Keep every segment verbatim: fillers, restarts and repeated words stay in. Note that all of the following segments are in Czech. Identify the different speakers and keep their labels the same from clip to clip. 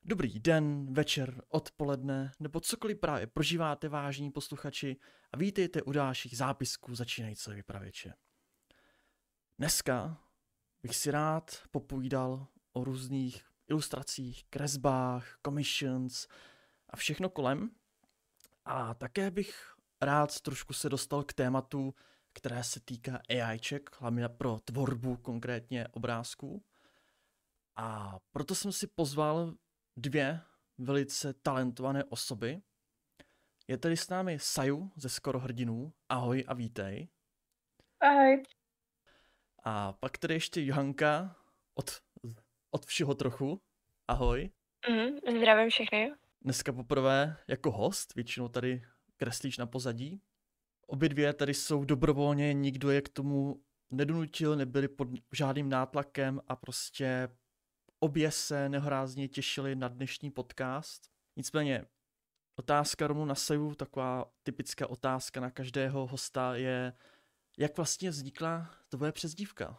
Speaker 1: Dobrý den, večer, odpoledne, nebo cokoliv právě prožíváte, vážní posluchači, a vítejte u dalších zápisků začínající vypravěče. Dneska bych si rád popovídal o různých ilustracích, kresbách, commissions a všechno kolem. A také bych rád trošku se dostal k tématu, které se týká AIček, hlavně pro tvorbu konkrétně obrázků. A proto jsem si pozval dvě velice talentované osoby. Je tady s námi Saju ze Skoro hrdinů. Ahoj a vítej.
Speaker 2: Ahoj.
Speaker 1: A pak tady ještě Johanka od, od všeho trochu. Ahoj.
Speaker 2: Mm, zdravím všechny.
Speaker 1: Dneska poprvé jako host, většinou tady kreslíš na pozadí. Obě dvě tady jsou dobrovolně, nikdo je k tomu nedonutil, nebyli pod žádným nátlakem a prostě obě se nehorázně těšili na dnešní podcast. Nicméně otázka rovnou na Saju, taková typická otázka na každého hosta je, jak vlastně vznikla tvoje přezdívka?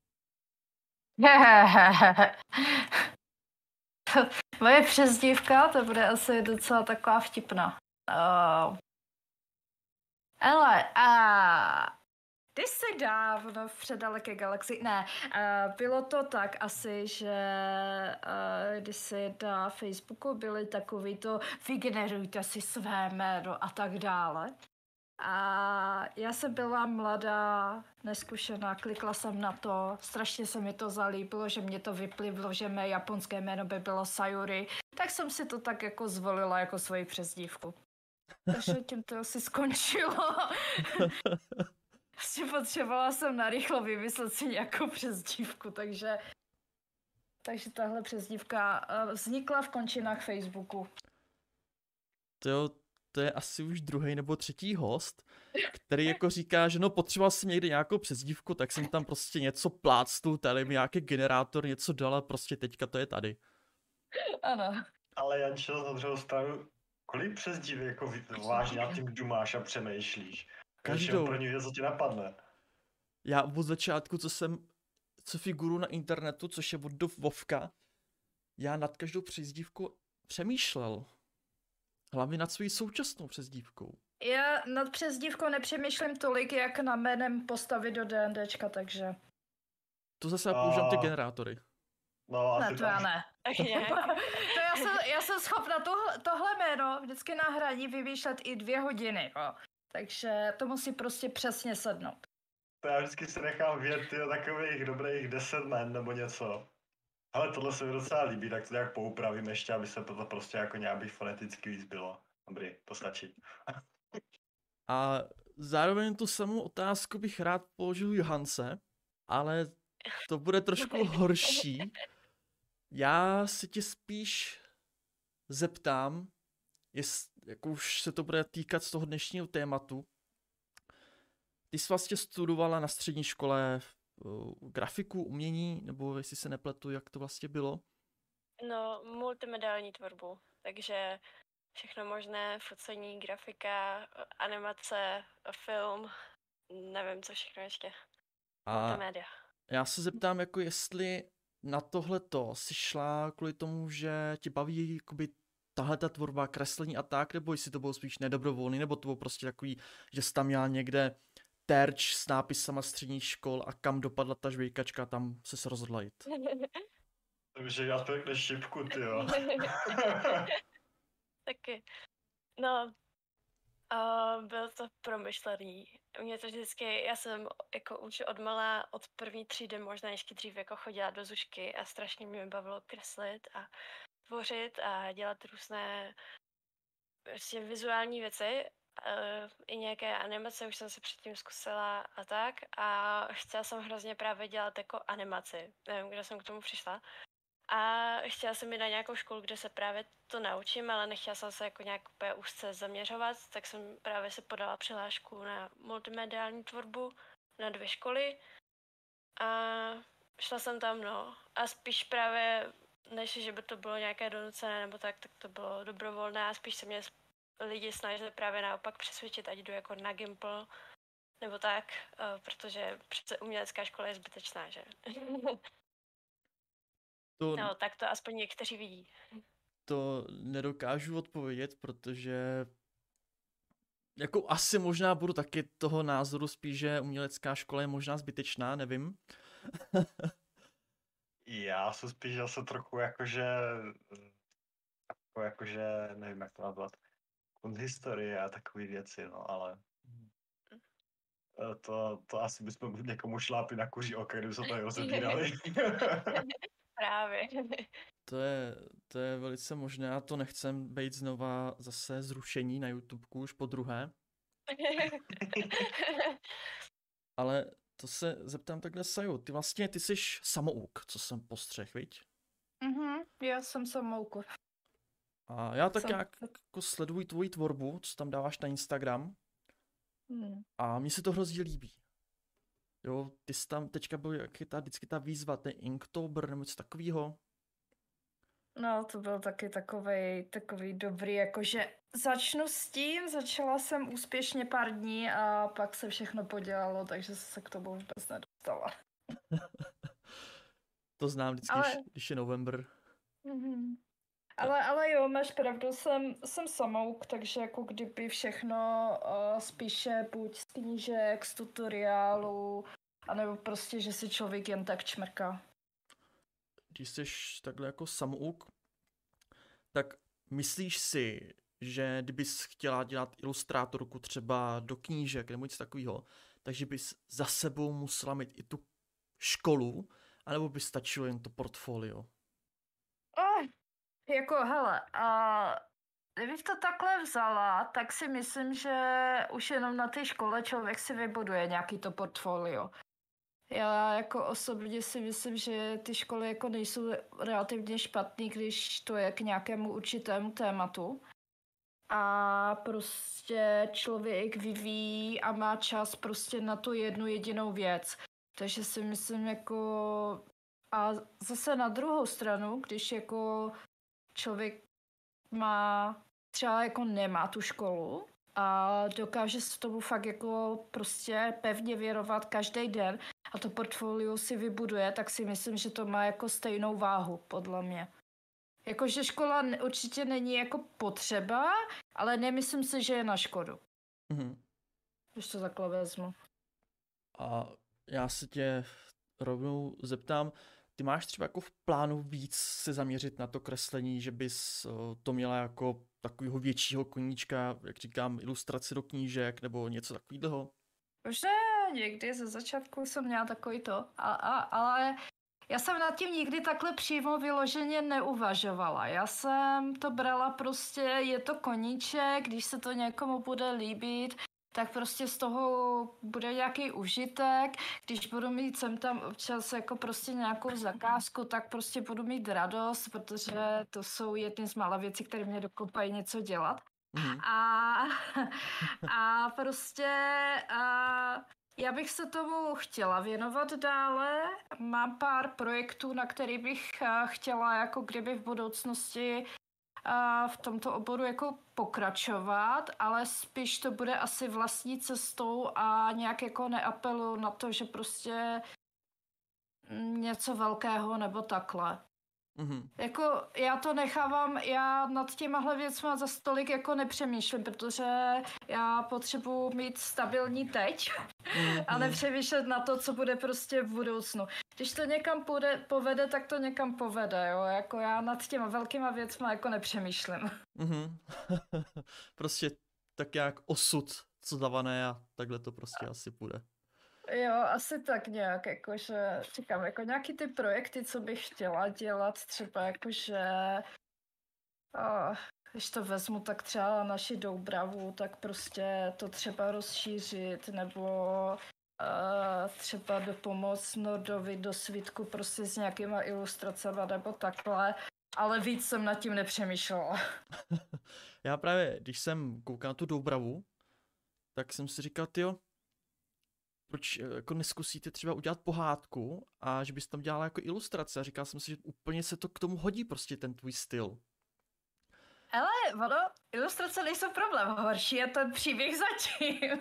Speaker 2: Moje přezdívka, to bude asi docela taková vtipná. Uh, ale a kdysi dávno v předaleké galaxii, ne, uh, bylo to tak asi, že uh, kdysi na Facebooku byly takový to vygenerujte si své jméno a tak dále. A já jsem byla mladá, neskušená, klikla jsem na to, strašně se mi to zalíbilo, že mě to vyplivlo, že mé japonské jméno by bylo Sayuri, tak jsem si to tak jako zvolila jako svoji přezdívku. Takže tím to asi skončilo. Prostě potřebovala jsem narychlo vymyslet si nějakou přezdívku, takže takže tahle přezdívka vznikla v končinách Facebooku.
Speaker 1: To jo, to je asi už druhý nebo třetí host, který jako říká, že no potřeboval jsem někde nějakou přezdívku, tak jsem tam prostě něco plácnul, tady mi nějaký generátor něco dal a prostě teďka to je tady.
Speaker 2: Ano.
Speaker 3: Ale Jančo, na druhou stranu, kolik přezdívek jako vážně nad tím dumáš a přemýšlíš?
Speaker 1: Každou.
Speaker 3: Pro ní něco ti napadne.
Speaker 1: Já od začátku, co jsem, co figuru na internetu, což je od do Vovka, já nad každou přezdívku přemýšlel. Hlavně nad svou současnou přezdívkou.
Speaker 2: Já nad přezdívkou nepřemýšlím tolik, jak na jménem postavy do DNDčka, takže...
Speaker 1: To zase já používám ty generátory.
Speaker 3: No,
Speaker 2: ne, to já ne. to já, jsem, já jsem schopna tohle, tohle jméno vždycky na hraní vymýšlet i dvě hodiny, jo. Takže to musí prostě přesně sednout.
Speaker 3: To já vždycky se nechám vědět takových dobrých deset jmen nebo něco. Ale tohle se mi docela líbí, tak to nějak poupravím ještě, aby se to prostě jako nějak foneticky víc bylo. Dobrý, to stačí.
Speaker 1: A zároveň tu samou otázku bych rád položil Johance, ale to bude trošku horší. Já se tě spíš zeptám, jest, jak už se to bude týkat z toho dnešního tématu. Ty jsi vlastně studovala na střední škole uh, grafiku, umění, nebo jestli se nepletu, jak to vlastně bylo?
Speaker 4: No, multimediální tvorbu, takže všechno možné, focení, grafika, animace, film, nevím, co všechno ještě.
Speaker 1: A
Speaker 4: multimédia.
Speaker 1: Já se zeptám, jako jestli na tohleto jsi šla kvůli tomu, že tě baví jakoby tahle ta tvorba, kreslení a tak, nebo jestli to bylo spíš nedobrovolný, nebo to bylo prostě takový, že jsi tam měla někde terč s nápisama středních škol a kam dopadla ta žvejkačka, tam se se rozhodla jít.
Speaker 3: Takže já to řekne šipku, tyjo.
Speaker 4: Taky. No, uh, byl to promyšlený. Mě to vždycky, já jsem jako už odmala od první třídy, možná ještě dřív jako chodila do zušky a strašně mě bavilo kreslit a tvořit a dělat různé prostě vizuální věci. Uh, I nějaké animace už jsem se předtím zkusila a tak a chtěla jsem hrozně právě dělat jako animaci. Nevím, kde jsem k tomu přišla. A chtěla jsem jít na nějakou školu, kde se právě to naučím, ale nechtěla jsem se jako nějak úplně úzce zaměřovat, tak jsem právě si podala přihlášku na multimediální tvorbu na dvě školy a šla jsem tam, no. A spíš právě, než že by to bylo nějaké donucené nebo tak, tak to bylo dobrovolné a spíš se mě lidi snažili právě naopak přesvědčit, ať jdu jako na Gimple nebo tak, protože přece umělecká škola je zbytečná, že?
Speaker 1: To...
Speaker 4: No, tak to aspoň někteří vidí.
Speaker 1: to nedokážu odpovědět, protože jako asi možná budu taky toho názoru spíš, že umělecká škola je možná zbytečná, nevím.
Speaker 3: Já jsem spíš zase trochu jakože, jako jakože, nevím jak to nazvat, historie a takové věci, no, ale to, to asi bychom někomu šlápli na kuří oka, kdyby se tady rozebírali.
Speaker 4: Právě.
Speaker 1: To je, to je velice možné, já to nechcem být znova zase zrušení na YouTubeku už po druhé. Ale to se zeptám takhle, Saju, ty vlastně, ty jsi samouk, co jsem postřeh, viď?
Speaker 2: Mhm, já jsem samouku.
Speaker 1: A já tak
Speaker 2: Sam-
Speaker 1: nějak jako sleduji tvoji tvorbu, co tam dáváš na Instagram
Speaker 2: Hmm.
Speaker 1: a mně se to hrozně líbí. Jo, ty jsi tam teďka byl, jak je ta, vždycky ta výzva, ten Inktober nebo něco takového.
Speaker 2: No, to byl taky takovej, takový dobrý, jakože začnu s tím, začala jsem úspěšně pár dní a pak se všechno podělalo, takže se k tomu vůbec nedostala.
Speaker 1: To znám vždycky,
Speaker 2: Ale-
Speaker 1: když, když je november.
Speaker 2: Mhm. Ale, ale jo, máš pravdu, jsem, jsem samouk, takže jako kdyby všechno uh, spíše buď z knížek, z tutoriálu, anebo prostě, že si člověk jen tak čmrká.
Speaker 1: Když jsi takhle jako samouk, tak myslíš si, že kdybys chtěla dělat ilustrátorku třeba do knížek nebo něco takového, takže bys za sebou musela mít i tu školu, anebo by stačilo jen to portfolio?
Speaker 2: Oh, jako hele, a kdybych to takhle vzala, tak si myslím, že už jenom na té škole člověk si vybuduje nějaký to portfolio. Já jako osobně si myslím, že ty školy jako nejsou relativně špatný, když to je k nějakému určitému tématu. A prostě člověk vyvíjí a má čas prostě na tu jednu jedinou věc. Takže si myslím jako... A zase na druhou stranu, když jako člověk má, třeba jako nemá tu školu a dokáže se tomu fakt jako prostě pevně věnovat každý den a to portfolio si vybuduje, tak si myslím, že to má jako stejnou váhu, podle mě. Jakože škola ne- určitě není jako potřeba, ale nemyslím si, že je na škodu,
Speaker 1: Mhm.
Speaker 2: když to takhle vezmu.
Speaker 1: A já se tě rovnou zeptám, ty máš třeba jako v plánu víc se zaměřit na to kreslení, že bys o, to měla jako takového většího koníčka, jak říkám, ilustraci do knížek nebo něco takového?
Speaker 2: Možná někdy ze začátku jsem měla takový to, a, a, ale já jsem nad tím nikdy takhle přímo vyloženě neuvažovala. Já jsem to brala prostě, je to koníček, když se to někomu bude líbit, tak prostě z toho bude nějaký užitek. Když budu mít sem tam občas jako prostě nějakou zakázku, tak prostě budu mít radost, protože to jsou jedny z mála věcí, které mě dokopají něco dělat.
Speaker 1: Mhm.
Speaker 2: A, a prostě a já bych se tomu chtěla věnovat dále. Mám pár projektů, na který bych a, chtěla jako kdyby v budoucnosti a, v tomto oboru jako pokračovat, ale spíš to bude asi vlastní cestou a nějak jako neapeluju na to, že prostě něco velkého nebo takhle.
Speaker 1: Mhm.
Speaker 2: Jako já to nechávám, já nad těmahle věcma za stolik jako nepřemýšlím, protože já potřebuji mít stabilní teď a nepřemýšlet na to, co bude prostě v budoucnu. Když to někam půjde, povede, tak to někam povede, jo, jako já nad těma velkýma věcma jako nepřemýšlím.
Speaker 1: Mhm. Prostě tak jak osud, co davané a takhle to prostě asi půjde.
Speaker 2: Jo, asi tak nějak, jakože, říkám, jako nějaký ty projekty, co bych chtěla dělat, třeba jakože, oh, když to vezmu, tak třeba naši Doubravu, tak prostě to třeba rozšířit, nebo uh, třeba dopomoct Nordovi do svitku prostě s nějakýma ilustracemi, nebo takhle, ale víc jsem nad tím nepřemýšlela.
Speaker 1: Já právě, když jsem koukal na tu Doubravu, tak jsem si říkal, tyjo, proč eh, jako neskusíte třeba udělat pohádku a že bys tam dělala jako ilustrace a říkal jsem si, že úplně se to k tomu hodí prostě ten tvůj styl.
Speaker 2: Ale ono, ilustrace nejsou problém, horší je ten příběh zatím.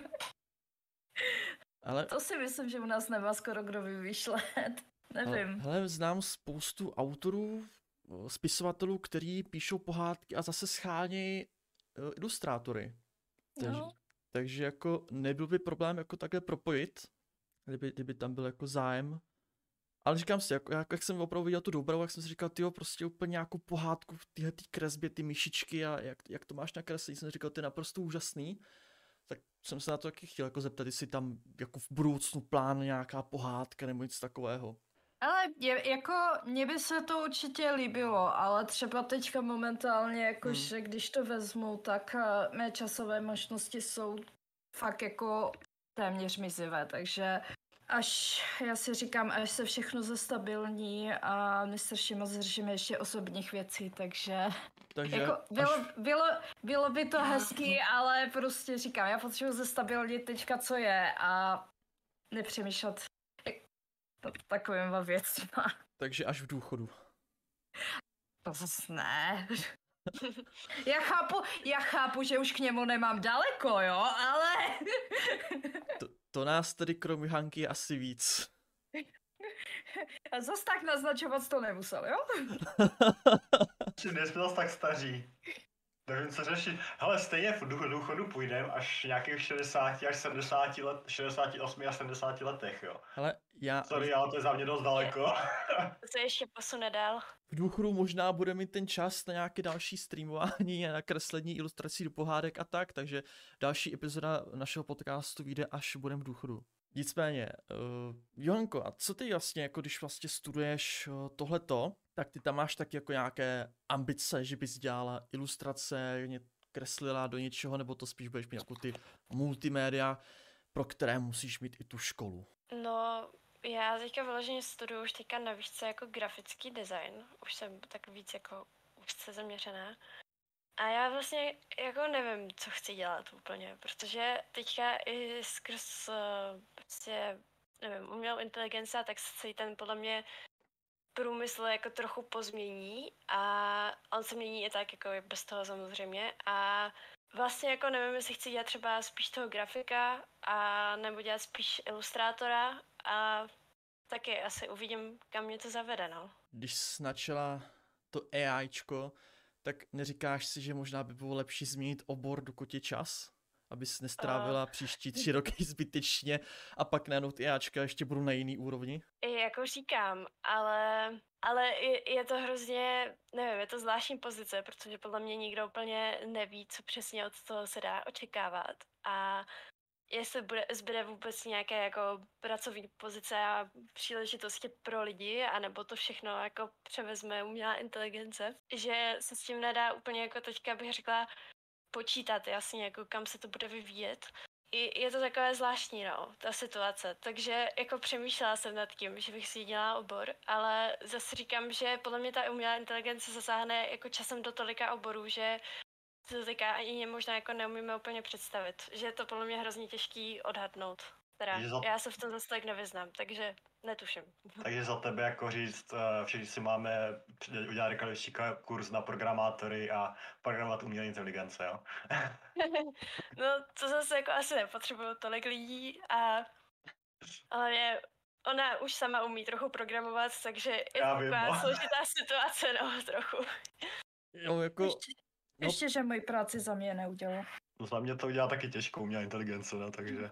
Speaker 1: Ale
Speaker 2: To si myslím, že u nás nemá skoro kdo vymýšlet. Nevím.
Speaker 1: hele, znám spoustu autorů spisovatelů, který píšou pohádky a zase schánějí uh, ilustrátory. Takže,
Speaker 2: No.
Speaker 1: takže jako nebyl by problém jako takhle propojit, kdyby, kdyby tam byl jako zájem. Ale říkám si, jako, jak, jak jsem opravdu viděl tu Doubravu, jak jsem si říkal, tyjo, prostě úplně nějakou pohádku v téhle kresbě, ty myšičky a jak, jak to máš nakreslit, jsem říkal, to je naprosto úžasný. Tak jsem se na to taky chtěl jako zeptat, jestli tam jako v budoucnu plán nějaká pohádka nebo něco takového.
Speaker 2: Ale je, jako, mně by se to určitě líbilo, ale třeba teďka momentálně, jako,
Speaker 1: Hmm.
Speaker 2: že když to vezmu, tak uh, mé časové možnosti jsou fakt jako téměř mizivé, takže až, já si říkám, až se všechno zestabilní a my strašně moc řešíme ještě osobních věcí, takže
Speaker 1: Takže
Speaker 2: jako,
Speaker 1: až,
Speaker 2: bylo, bylo, bylo by to hezký, ale prostě říkám, já potřebuji zestabilnit teďka, co je a nepřemýšlet takovýma věcma.
Speaker 1: takže až v důchodu.
Speaker 2: To zase ne. Já chápu, já chápu, že už k němu nemám daleko, jo, ale...
Speaker 1: To, to nás tedy kromě Hanky je asi víc.
Speaker 2: A zas tak naznačovat to nemusel, jo?
Speaker 3: Či nejsme zase tak staří. Nevím, co řešit. Hele, stejně v duchu důchodu půjdeme až nějakých šedesát až sedmdesát let, šedesát osm až sedmdesát letech, jo.
Speaker 1: Ale já
Speaker 3: Sorry, ale to je za mě dost daleko.
Speaker 4: Se ještě posune dál.
Speaker 1: v důchodu možná bude mít ten čas na nějaké další streamování a na kreslení ilustrací do pohádek a tak, takže další epizoda našeho podcastu vyjde, až budeme v důchodu. Nicméně, uh, Johanko, a co ty vlastně, jako když vlastně studuješ uh, tohleto, tak ty tam máš tak jako nějaké ambice, že bys dělala ilustrace, ně, kreslila do něčeho, nebo to spíš budeš mít jako ty multimédia, pro které musíš mít i tu školu?
Speaker 4: No, já teďka vyloženě studuju už teďka na výšce jako grafický design. Už jsem tak víc jako úzce zaměřená. A já vlastně jako nevím, co chci dělat úplně, protože teďka i skrz uh, prostě, nevím, umělou inteligenci, tak se ten podle mě průmysl jako trochu pozmění a on se mění i tak jako bez toho samozřejmě a vlastně jako nevím, jestli chci dělat třeba spíš toho grafika a nebo dělat spíš ilustrátora a taky asi uvidím, kam mě to zavede, no.
Speaker 1: Když jsi načala to AIčko, tak neříkáš si, že možná by bylo lepší změnit obor, dokud je čas? Abys nestrávila uh. příští tři roky zbytečně a pak najednou ty AIčka ještě budou na jiný úrovni?
Speaker 4: Jako říkám, ale, ale je, je to hrozně, nevím, je to zvláštní pozice, protože podle mě nikdo úplně neví, co přesně od toho se dá očekávat. A jestli bude, zbyde vůbec nějaké jako pracovní pozice a příležitosti pro lidi, anebo to všechno jako převezme umělá inteligence, že se s tím nedá úplně jako teďka bych řekla počítat jasně, jako kam se to bude vyvíjet. I je to takové zvláštní, no, ta situace. Takže jako přemýšlela jsem nad tím, že bych si dělala obor, ale zase říkám, že podle mě ta umělá inteligence zasáhne jako časem do tolika oborů, že to teďka ani možná jako neumíme úplně představit. Že je to podle mě hrozně těžký odhadnout. Teda,
Speaker 3: za...
Speaker 4: já se v tom zase tak nevyznám, takže netuším.
Speaker 3: Takže za tebe jako říct, všichni si máme udělat rychlejší kurz na programátory a programovat umělé inteligence, jo?
Speaker 4: No, to zase jako asi nepotřebuju tolik lidí a ale je, ona už sama umí trochu programovat, takže je to taková složitá situace, no, trochu.
Speaker 1: Jo, jako...
Speaker 2: Ještě,
Speaker 1: no.
Speaker 2: ještě, že moji práci za mě neudělala.
Speaker 3: No za mě to udělá taky těžko umělá inteligence, no, takže...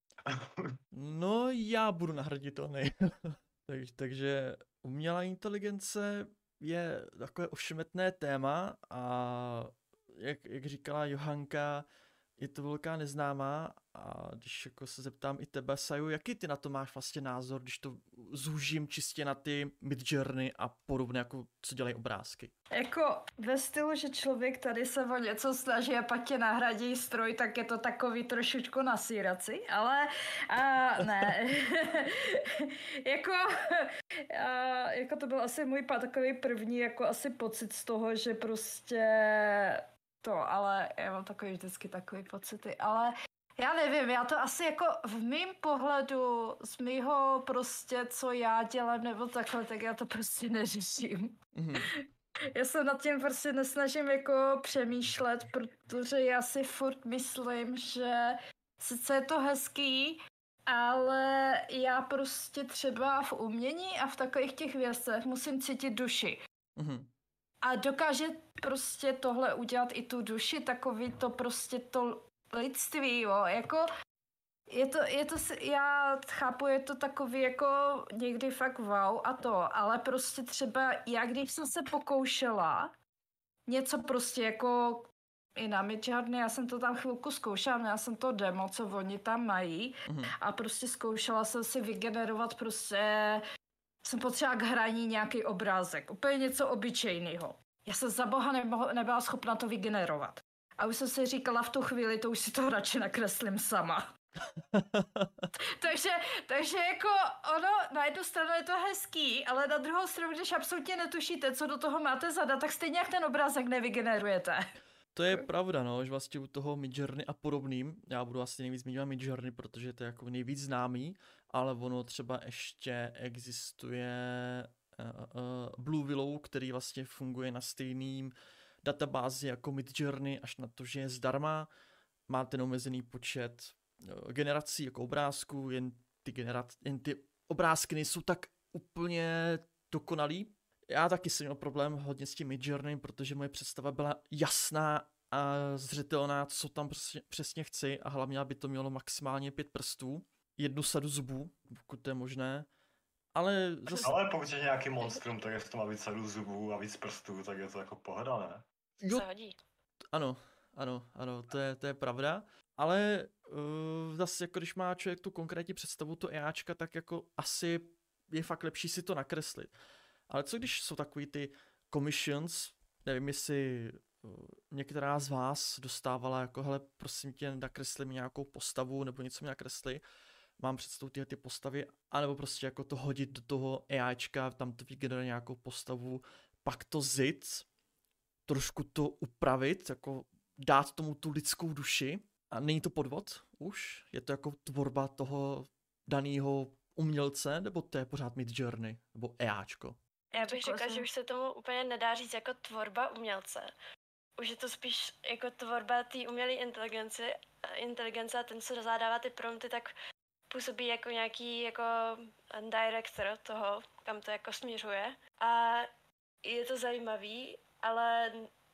Speaker 1: No, já budu nahraditelný. tak, takže umělá inteligence je takové ošemetné téma a jak, jak říkala Johanka, je to velká neznámá a když jako se zeptám i tebe, Saju, jaký ty na to máš vlastně názor, když to zúžím čistě na ty Midjourney a podobné, jako co dělají obrázky?
Speaker 2: Jako ve stylu, že člověk tady se o něco snaží a pak tě nahradí stroj, tak je to takový trošičku na síraci, ale a, ne. jako, a, jako to byl asi můj takový první jako asi pocit z toho, že prostě to, ale já mám takový vždycky takový pocity, ale já nevím, já to asi jako v mým pohledu, z mýho prostě, co já dělám nebo takhle, tak já to prostě neřeším. Mm-hmm. Já se nad tím prostě nesnažím jako přemýšlet, protože já si furt myslím, že sice je to hezký, ale já prostě třeba v umění a v takových těch věcech musím cítit duši.
Speaker 1: Mm-hmm.
Speaker 2: a dokáže prostě tohle udělat i tu duši, takový to prostě to lidství, jo, jako je to, je to, já chápu, je to takový jako někdy fakt wow a to, ale prostě třeba já, když jsem se pokoušela něco prostě jako i na Midjourney, já jsem to tam chvilku zkoušela, já jsem to demo, co oni tam mají mm-hmm. a prostě zkoušela jsem si vygenerovat prostě, jsem potřeba k hraní nějaký obrázek, úplně něco obyčejného. Já jsem za boha nemohla, nebyla schopna to vygenerovat. A už jsem si říkala v tu chvíli, to už si to radši nakreslím sama. takže, takže jako ono, na jednu stranu je to hezký, ale na druhou stranu, když absolutně netušíte, co do toho máte zadat, tak stejně jak ten obrázek nevygenerujete.
Speaker 1: To je pravda, no, že vlastně u toho Midjourney a podobným, já budu asi nejvíc zmiňovat Midjourney, protože to je jako nejvíc známý, ale ono třeba ještě existuje uh, uh, Blue Willow, který vlastně funguje na stejným databázi jako Midjourney, až na to, že je zdarma, má ten omezený počet uh, generací jako obrázků, jen ty, generac- jen ty obrázky nejsou tak úplně dokonalý. Já taky jsem měl problém hodně s tím Midjourney, protože moje představa byla jasná a zřetelná, co tam přesně, přesně chci a hlavně, aby to mělo maximálně pět prstů, jednu sadu zubů, pokud to je možné, ale zase...
Speaker 3: Ale pokud je nějaký monstrum, tak jestli to má víc sadu zubů a víc prstů, tak je to jako pohoda, ne?
Speaker 4: Jo,
Speaker 1: ano, ano, ano, to je, to je pravda, ale uh, zase jako když má člověk tu konkrétní představu, to EAčka, tak jako asi je fakt lepší si to nakreslit. Ale co když jsou takový ty commissions, nevím, jestli některá z vás dostávala jako, hele, prosím tě, nakresli mi nějakou postavu, nebo něco mi nakresli, mám představu tyhle ty postavy, anebo prostě jako to hodit do toho AIčka, tam to vygeneruje nějakou postavu, pak to zit, trošku to upravit, jako dát tomu tu lidskou duši a není to podvod už? Je to jako tvorba toho daného umělce, nebo to je pořád Midjourney, nebo EAčko?
Speaker 4: Já bych řekla, že už se tomu úplně nedá říct jako tvorba umělce. Už je to spíš jako tvorba té umělé inteligence, inteligence a ten, co zadává ty prompty, tak působí jako nějaký jako director toho, kam to jako směřuje. A je to zajímavý, ale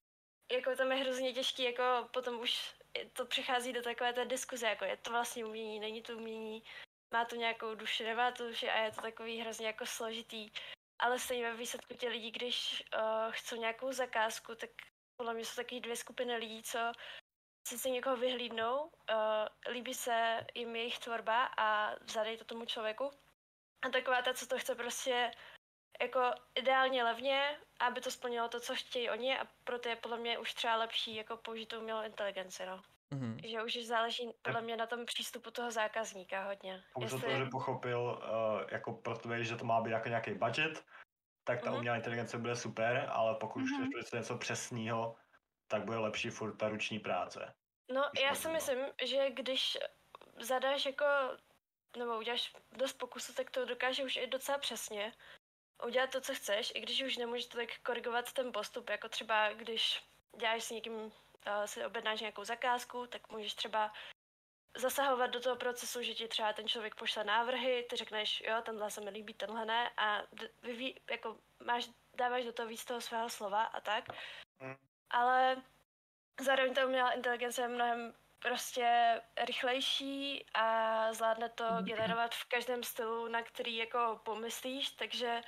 Speaker 4: jako tam je hrozně těžký, jako potom už to přichází do takové té diskuze, jako je to vlastně umění, není to umění, má to nějakou duši, nemá to duši a je to takový hrozně jako složitý. Ale stejně ve výsledku těch lidí, když uh, chcou nějakou zakázku, tak podle mě jsou taky dvě skupiny lidí, co sice někoho vyhlídnou, uh, líbí se jim jejich tvorba a zadají to tomu člověku. A taková ta, co to chce prostě jako ideálně levně, aby to splnilo to, co chtějí oni a proto je podle mě už třeba lepší jako použít tu umělou inteligenci, no. Mm-hmm. Že už záleží podle mě na tom přístupu toho zákazníka hodně.
Speaker 3: Pokud Jestli... to, že pochopil, uh, jako proto, že to má být jako nějaký budget, tak ta mm-hmm. umělá inteligence bude super, ale pokud mm-hmm. chceš prostě něco přesného, tak bude lepší furt ta ruční práce.
Speaker 4: No, já si myslím, že když zadáš jako, nebo uděláš dost pokusů, tak to dokáže už i docela přesně udělat to, co chceš, i když už nemůžeš to tak korigovat ten postup, jako třeba když děláš s někým, uh, si objednáš nějakou zakázku, tak můžeš třeba zasahovat do toho procesu, že ti třeba ten člověk pošle návrhy, ty řekneš, jo, tenhle se mi líbí, tenhle ne a vyví, jako máš, dáváš do toho víc toho svého slova a tak, mm. ale zároveň ta umělá inteligence je mnohem prostě rychlejší a zvládne to mm. generovat v každém stylu, na který jako pomyslíš, takže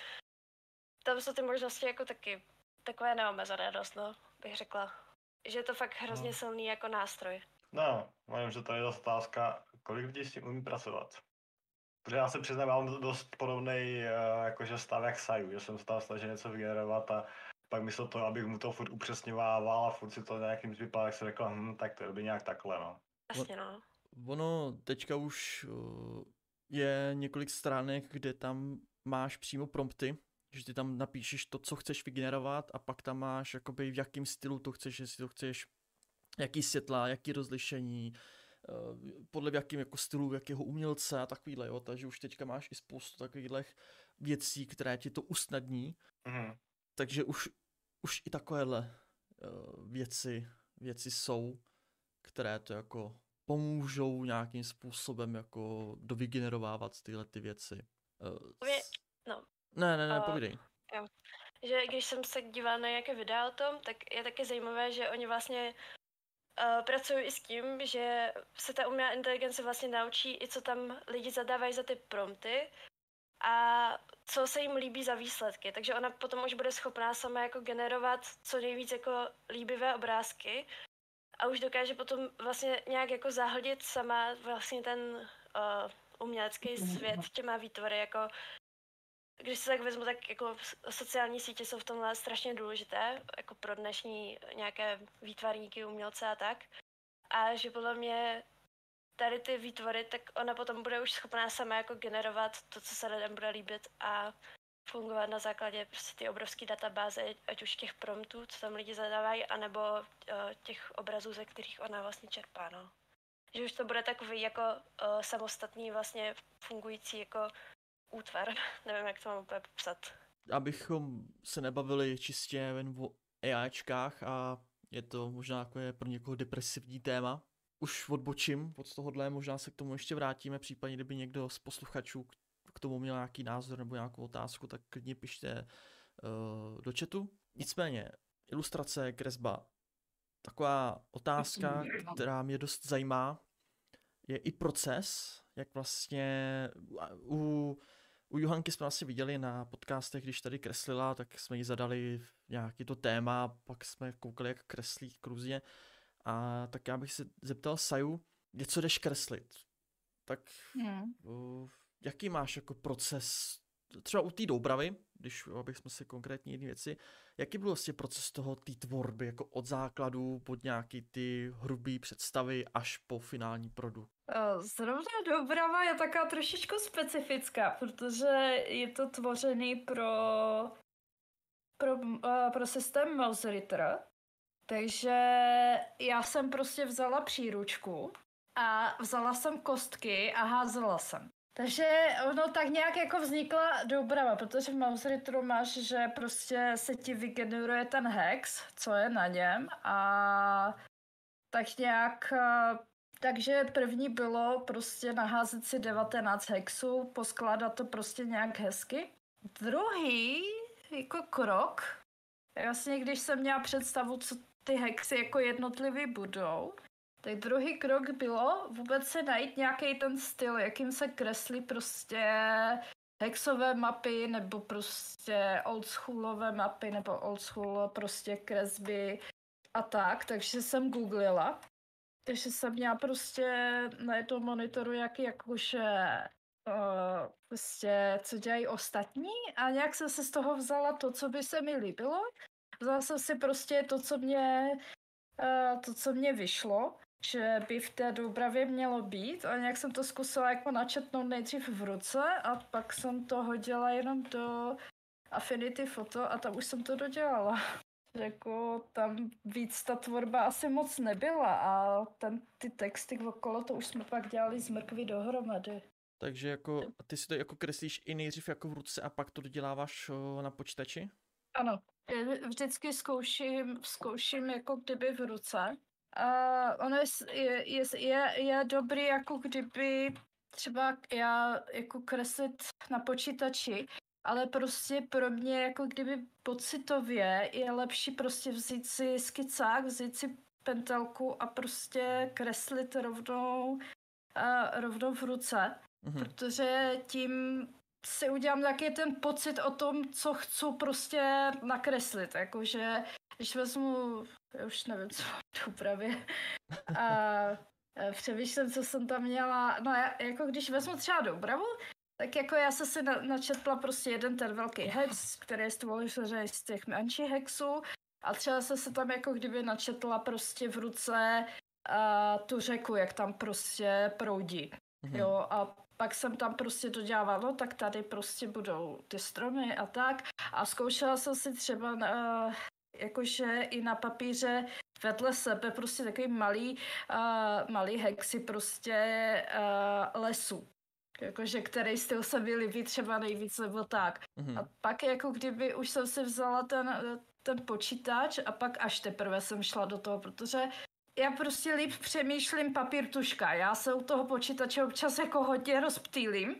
Speaker 4: tam jsou ty možnosti jako taky takové neomezené dost, no, bych řekla. Že je to fakt hrozně no. silný jako nástroj.
Speaker 3: No, myslím, že tady je zase otázka, kolik lidí s tím umí pracovat. Protože já se přiznám, mám dost podobný jakože stav jak Saju, že jsem se tam snažil něco vygenerovat a pak místo toho, abych mu to furt upřesňoval a furt si to nějakým vypadal, tak jsem řekl, hm, tak to je nějak takhle, no.
Speaker 4: Jasně, no.
Speaker 1: Ono teďka už je několik stránek, kde tam máš přímo prompty, že ty tam napíšeš to, co chceš vygenerovat a pak tam máš jakoby v jakým stylu to chceš, jestli to chceš, jaký světla, jaký rozlišení, podle v jakým jako stylu, jakého umělce a takovýhle, jo, takže už teďka máš i spoustu takovýchhle věcí, které ti to usnadní, mm. takže už, už i takovéhle věci, věci jsou, které to jako pomůžou nějakým způsobem jako dovygenerovávat tyhle ty věci.
Speaker 4: No.
Speaker 1: Ne, ne, ne, uh, povídej.
Speaker 4: Jo. že když jsem se dívala na nějaké videa o tom, tak je taky zajímavé, že oni vlastně uh, pracují i s tím, že se ta umělá inteligence vlastně naučí i co tam lidi zadávají za ty prompty a co se jim líbí za výsledky. Takže ona potom už bude schopná sama jako generovat co nejvíc jako líbivé obrázky a už dokáže potom vlastně nějak jako zahlodit sama vlastně ten uh, umělecký svět těma výtvory, jako když se tak vezmu, tak jako sociální sítě jsou v tomhle strašně důležité, jako pro dnešní nějaké výtvarníky, umělce a tak. A že podle mě tady ty výtvory, tak ona potom bude už schopná sama jako generovat to, co se lidem bude líbit a fungovat na základě prostě ty obrovské databáze, ať už těch promptů, co tam lidi zadávají, anebo uh, těch obrazů, ze kterých ona vlastně čerpá, no. Že už to bude takový jako uh, samostatný vlastně fungující jako útvar. Nevím, jak to mám úplně popsat.
Speaker 1: Abychom se nebavili čistě jen o AIčkách a je to možná jako je pro někoho depresivní téma. Už odbočím od tohohle, možná se k tomu ještě vrátíme, případně kdyby někdo z posluchačů k tomu měl nějaký názor nebo nějakou otázku, tak klidně pište uh, do chatu. Nicméně, ilustrace, kresba, taková otázka, která mě dost zajímá, je i proces, jak vlastně u, u Johanky jsme asi viděli na podcastech, když tady kreslila, tak jsme jí zadali nějaký to téma, pak jsme koukali, jak kreslí různě. A tak já bych se zeptal Saju, něco jdeš kreslit, tak
Speaker 2: Hmm.
Speaker 1: uh, jaký máš jako proces, třeba u té Doubravy, když abych jsme se konkrétní jedné věci, jaký byl vlastně proces toho té tvorby, jako od základu pod nějaký ty hrubý představy až po finální produkt?
Speaker 2: Zrovna Doubrava je taká trošičku specifická, protože je to tvořený pro, pro, uh, pro systém Mausritter. Takže já jsem prostě vzala příručku a vzala jsem kostky a házela jsem. Takže ono tak nějak jako vznikla Doubrava, protože v Mausritteru máš, že prostě se ti vygeneruje ten hex, co je na něm a tak nějak, takže první bylo prostě naházet si devatenáct hexů, poskládat to prostě nějak hezky. Druhý jako krok, vlastně když jsem měla představu, co ty hexy jako jednotlivý budou, tak druhý krok bylo vůbec se najít nějaký ten styl, jakým se kreslí prostě hexové mapy, nebo prostě oldschoolové mapy, nebo oldschool prostě kresby a tak, takže jsem googlila. Takže jsem měla prostě na jednom monitoru jaký jakože uh, prostě co dělají ostatní a nějak jsem se z toho vzala to, co by se mi líbilo. Vzala jsem si prostě to, co mě, uh, to, co mě vyšlo, že by v té Doubravě mělo být a nějak jsem to zkusila jako načetnout nejdřív v ruce a pak jsem to hodila jenom do Affinity Photo a tam už jsem to dodělala. Jako tam víc ta tvorba asi moc nebyla a ten, ty texty okolo, to už jsme pak dělali z mrkvy dohromady.
Speaker 1: Takže jako ty si to jako kreslíš i nejdřív jako v ruce a pak to doděláváš o, na počítači?
Speaker 2: Ano, vždycky zkouším, zkouším jako kdyby v ruce. A ono je, je, je, je dobrý jako kdyby třeba já jako kreslit na počítači, ale prostě pro mě jako kdyby pocitově je lepší prostě vzít si skicák, vzít si pentelku a prostě kreslit rovnou, a rovnou v ruce, mm-hmm. protože tím si udělám taky ten pocit o tom, co chci prostě nakreslit, jakože když vezmu, já už nevím, co mám tu právě, a přemýšlím, co jsem tam měla, no já, jako když vezmu třeba Doubravu, tak jako já jsem si na, načetla prostě jeden ten velký hex, který je stvořený z těch menších hexů a třeba jsem se tam jako kdyby načetla prostě v ruce a tu řeku, jak tam prostě proudí, mm-hmm. jo, a pak jsem tam prostě dodělávala, no tak tady prostě budou ty stromy a tak a zkoušela jsem si třeba uh, jakože i na papíře vedle sebe prostě takový malý, uh, malý hexy prostě uh, lesů. Jakože který styl se mi líbí třeba nejvíc nebo tak. Mm-hmm. A pak jako kdyby už jsem si vzala ten, ten počítač a pak až teprve jsem šla do toho, protože já prostě líp přemýšlím papír tuška. Já se u toho počítače občas jako hodně rozptýlím.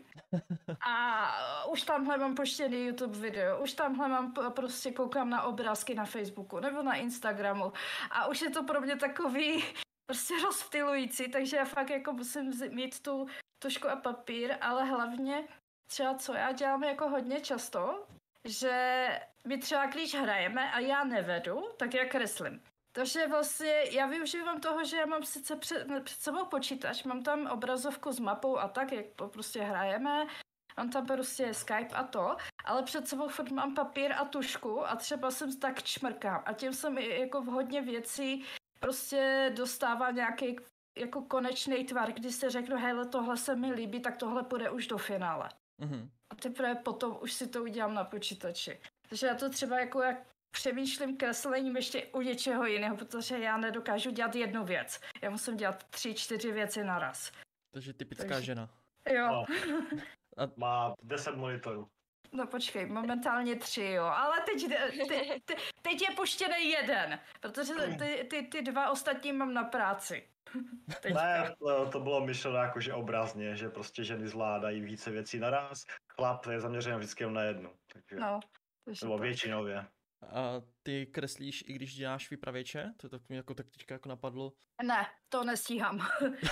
Speaker 2: A už tamhle mám poštěný YouTube video, už tamhle mám prostě koukám na obrázky na Facebooku nebo na Instagramu. A už je to pro mě takový prostě rozptylující, takže já fakt jako musím mít tu tušku a papír, ale hlavně třeba co já dělám jako hodně často, že my třeba když hrajeme a já nevedu, tak já kreslím. Takže vlastně já využívám toho, že já mám sice před, před sebou počítač, mám tam obrazovku s mapou a tak, jak prostě hrajeme, mám tam prostě Skype a to, ale před sebou furt mám papír a tušku a třeba jsem tak čmrkám a tím jsem jako v hodně věcí prostě dostává nějaký jako konečný tvar, když se řeknu, hele, tohle se mi líbí, tak tohle půjde už do finále. Mm-hmm. A teprve potom už si to udělám na počítači. Takže já to třeba jako jak přemýšlím kreslením ještě u něčeho jiného, protože já nedokážu dělat jednu věc. Já musím dělat tři, čtyři věci naraz.
Speaker 1: Takže typická
Speaker 2: Takže...
Speaker 1: žena.
Speaker 2: Jo.
Speaker 3: No. A... Má deset monitorů.
Speaker 2: No počkej, momentálně tři, jo, ale teď, te, te, teď je puštěný jeden, protože ty, ty, ty dva ostatní mám na práci.
Speaker 3: Ne, to, to bylo myšleno jakože obrazně, že prostě ženy zvládají více věcí naraz, chlap je zaměřen vždycky jen na jednu. Takže
Speaker 2: no,
Speaker 3: nebo většinově.
Speaker 1: A ty kreslíš, i když děláš vypravěče? To tak mě jako tak teďka jako napadlo.
Speaker 2: Ne, to nestíhám.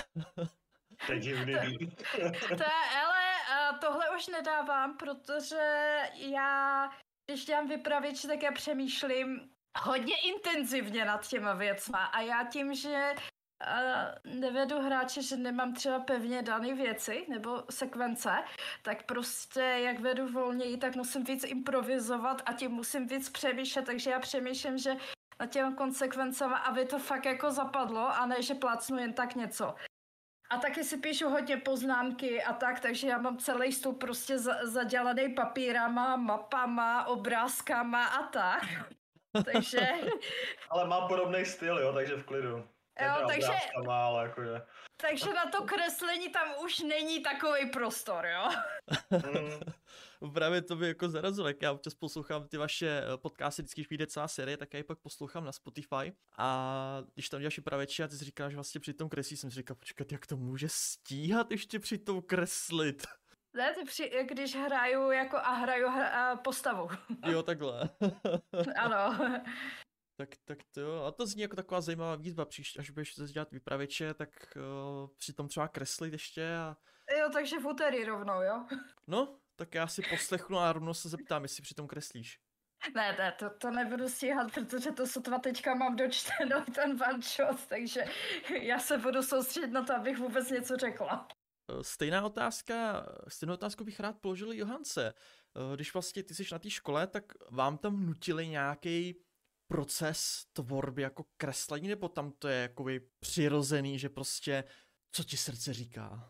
Speaker 3: To je divný.
Speaker 2: To je, ale tohle už nedávám, protože já, když dělám vypravěče, tak já přemýšlím hodně intenzivně nad těma věcma a já tím, že uh, nevedu hráče, že nemám třeba pevně dané věci nebo sekvence, tak prostě jak vedu volněji, tak musím víc improvizovat a tím musím víc přemýšlet, takže já přemýšlím, že nad těma konsekvencema, aby to fakt jako zapadlo a ne, že plácnu jen tak něco. A taky si píšu hodně poznámky a tak, takže já mám celý stůl prostě za, zadělaný papírama, mapama, obrázkama a tak. Takže...
Speaker 3: Ale mám podobný styl, jo, takže v klidu.
Speaker 2: Jo, takže...
Speaker 3: Má, ale jakože...
Speaker 2: Takže na to kreslení tam už není takový prostor, jo?
Speaker 1: Mm. Právě to by jako zarazilo, jak já občas poslouchám ty vaše podcasty, vždycky když vyjde celá série, tak já ji pak poslouchám na Spotify a když tam děláš vypravěči a ty si říkáš, že vlastně při tom kreslí, jsem si říkal, počkat, jak to může stíhat ještě při tom kreslit?
Speaker 2: Ne, ty při, když hraju jako a hraju hra, postavu.
Speaker 1: Jo, takhle.
Speaker 2: Ano.
Speaker 1: Tak, tak to jo, a to zní jako taková zajímavá výzva, příště, až budeš dělat vypravěče, tak uh, přitom třeba kreslit ještě a...
Speaker 2: Jo, takže v úterý rovnou, jo?
Speaker 1: No, tak já si poslechnu a rovnou se zeptám, jestli přitom kreslíš.
Speaker 2: Ne, ne, to, to nebudu stíhat, protože to sotva teďka mám dočtenou ten one shot, takže já se budu soustředit na to, abych vůbec něco řekla.
Speaker 1: Stejná otázka, stejnou otázku bych rád položil Johance. Když vlastně ty jsi na té škole, tak vám tam nutili nějaký proces tvorby jako kreslení, nebo tam to je jakoby přirozený, že prostě co ti srdce říká?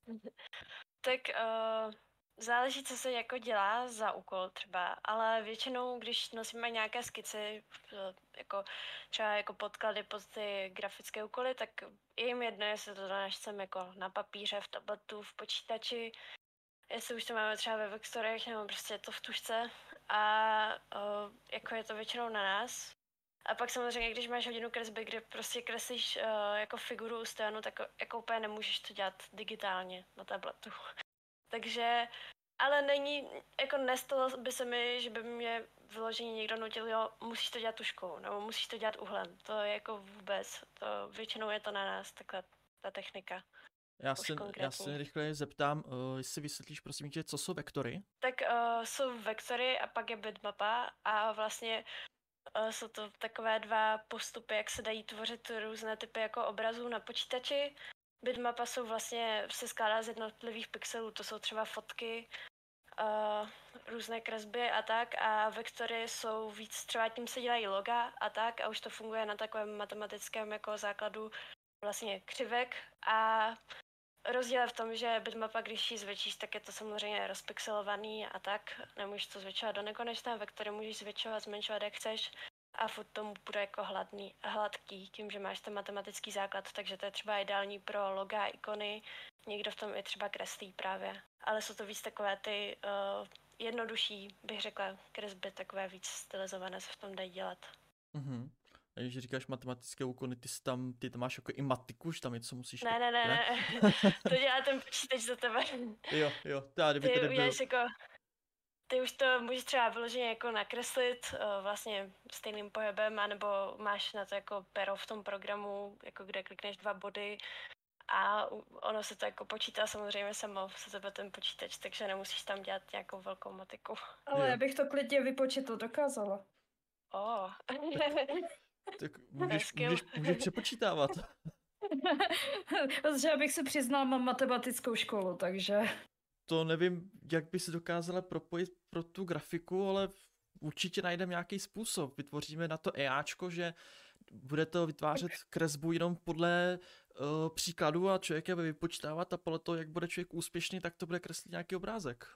Speaker 4: Tak uh, záleží, co se jako dělá za úkol třeba, ale většinou, když nosíme nějaké skici, jako třeba jako podklady pod ty grafické úkoly, tak je jim jedno, jestli to našcem jako na papíře, v tabletu, v počítači, jestli už to máme třeba ve vektorech, nebo prostě je to v tužce a uh, jako je to většinou na nás. A pak samozřejmě, když máš hodinu kresby, kde prostě kreslíš uh, jako figuru u sténu, tak jako úplně nemůžeš to dělat digitálně na tabletu. Takže, ale není, jako nestalo by se mi, že by mě vyloženě někdo nutil, jo, musíš to dělat tužkou, nebo musíš to dělat uhlem. To je jako vůbec, to většinou je to na nás, takhle ta technika.
Speaker 1: Já se, já se rychle zeptám, uh, jestli vysvětlíš, prosím tě, co jsou vektory?
Speaker 4: Tak uh, jsou vektory a pak je bitmapa a vlastně uh, jsou to takové dva postupy, jak se dají tvořit různé typy jako obrazů na počítači. Bitmapa jsou vlastně, se skládá z jednotlivých pixelů, to jsou třeba fotky, uh, různé kresby a tak a vektory jsou víc, třeba tím se dělají loga a tak a už to funguje na takovém matematickém jako základu vlastně křivek a rozdíl je v tom, že bitmapa, když ji zvětšíš, tak je to samozřejmě rozpixelovaný a tak, nemůžeš to zvětšovat do nekonečna, vektory můžeš zvětšovat, zmenšovat jak chceš a furt tomu bude jako hladný, hladký, tím, že máš ten matematický základ, takže to je třeba ideální pro loga a ikony, někdo v tom i třeba kreslí právě, ale jsou to víc takové ty uh, jednodušší, bych řekla, kresby, takové víc stylizované se v tom dají dělat.
Speaker 1: Mm-hmm. A když říkáš matematické úkony, ty jsi tam, ty tam máš jako i matiku, že tam něco musíš...
Speaker 4: Ne, ne, ne, ne, to dělá ten počítač za tebe.
Speaker 1: Jo, jo, já kdyby
Speaker 4: Ty
Speaker 1: tady byl...
Speaker 4: uděláš jako, ty už to můžeš třeba vyloženě jako nakreslit uh, vlastně stejným pohybem, anebo máš na to jako pero v tom programu, jako kde klikneš dva body a ono se to jako počítá samozřejmě samo se tebe ten počítač, takže nemusíš tam dělat nějakou velkou matiku.
Speaker 2: Ale
Speaker 1: Jo.
Speaker 2: já bych to klidně vypočetl dokázala.
Speaker 4: Oh.
Speaker 1: Tak můžeš,
Speaker 4: skill.
Speaker 1: můžeš, můžeš přepočítávat.
Speaker 2: Protože abych se přiznal, mám matematickou školu, takže...
Speaker 1: To nevím, jak by se dokázala propojit pro tu grafiku, ale určitě najdeme nějaký způsob. Vytvoříme na to EAčko, že bude to vytvářet kresbu jenom podle uh, příkladu a člověk je bude vypočítávat a podle toho, jak bude člověk úspěšný, tak to bude kreslit nějaký obrázek.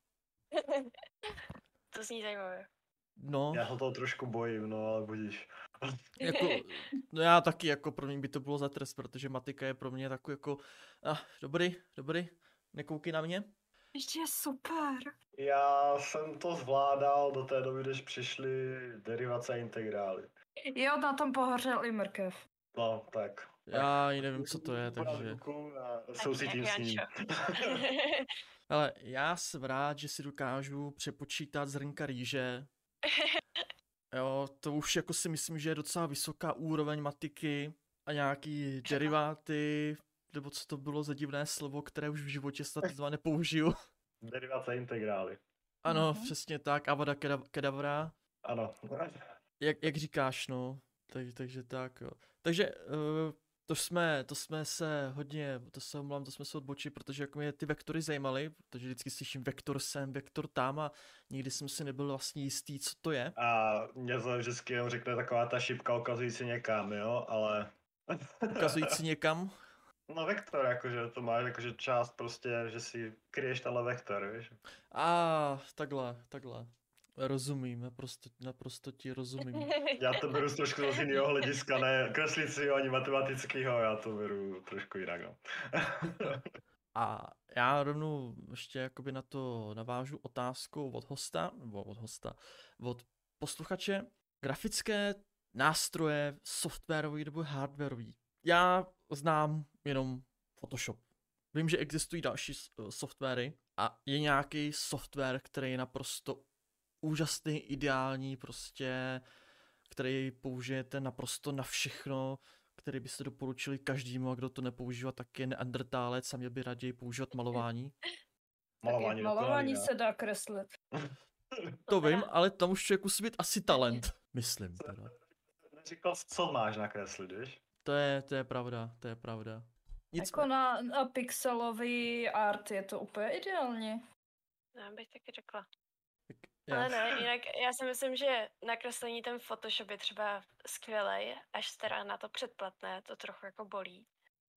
Speaker 4: To zní zajímavé.
Speaker 1: No,
Speaker 3: Já se toho trošku bojím, no ale budíš.
Speaker 1: jako, no já taky, jako pro mě by to bylo za trest, protože matika je pro mě takový jako, ah, dobrý, dobrý, nekoukej na mě.
Speaker 2: Ještě je super.
Speaker 3: Já jsem to zvládal do té doby, když přišly derivace a integrály.
Speaker 2: Jo, na tom pohořel i mrkev.
Speaker 3: No, tak.
Speaker 1: Já ani nevím, co to je, takže...
Speaker 3: A soucítím s ním.
Speaker 1: Ale já jsem rád, že si dokážu přepočítat zrnka rýže. Jo, to už jako si myslím, že je docela vysoká úroveň matiky a nějaký deriváty, nebo co to bylo za divné slovo, které už v životě snad třeba nepoužiju.
Speaker 3: Derivace a integrály.
Speaker 1: Ano,
Speaker 2: Mhm.
Speaker 1: přesně tak, Avada Kedav- Kedavra.
Speaker 3: Ano.
Speaker 1: Jak, jak říkáš, no. Tak, takže tak, jo. Takže uh, to jsme, to jsme se hodně, to se omlám, to jsme se odbočili, protože jako mě ty vektory zajímaly, protože vždycky slyším vektor sem, vektor tam a nikdy jsem si nebyl vlastně jistý, co to je.
Speaker 3: A mě to vždycky jenom řekne taková ta šipka ukazující někam, jo, ale...
Speaker 1: Ukazující někam.
Speaker 3: No vektor, jakože to máš jakože část prostě, že si kryješ tenhle vektor, víš.
Speaker 1: A takhle, takhle. Rozumím, naprosto, naprosto ti rozumím.
Speaker 3: Já to beru z trošku z jiného hlediska, ne kreslicího ani matematického, já to beru trošku jinak, no.
Speaker 1: A já rovnou ještě jakoby na to navážu otázku od hosta, nebo od hosta, od posluchače. Grafické nástroje, softwarový nebo hardwarový. Já znám jenom Photoshop. Vím, že existují další s- softwary a je nějaký software, který je naprosto úžasný, ideální, prostě, který použijete naprosto na všechno, který byste doporučili každému, a kdo to nepoužívá, tak je neandertálec a měl by raději používat malování.
Speaker 3: Malování,
Speaker 2: Malování
Speaker 3: dokonalý,
Speaker 2: se dá kreslit.
Speaker 1: To vím, ale tam už člověk musí být asi talent, myslím teda.
Speaker 3: ne? Neříkal jsi, co máš nakreslit, víš?
Speaker 1: To je, to je pravda, to je pravda. Nic,
Speaker 2: Jako na, na pixelový art je to úplně ideální.
Speaker 4: Já bych taky řekla.
Speaker 1: já,
Speaker 4: Ale ne, jinak já si myslím, že nakreslení ten Photoshop je třeba skvělej, až teda na to předplatné, to trochu jako bolí.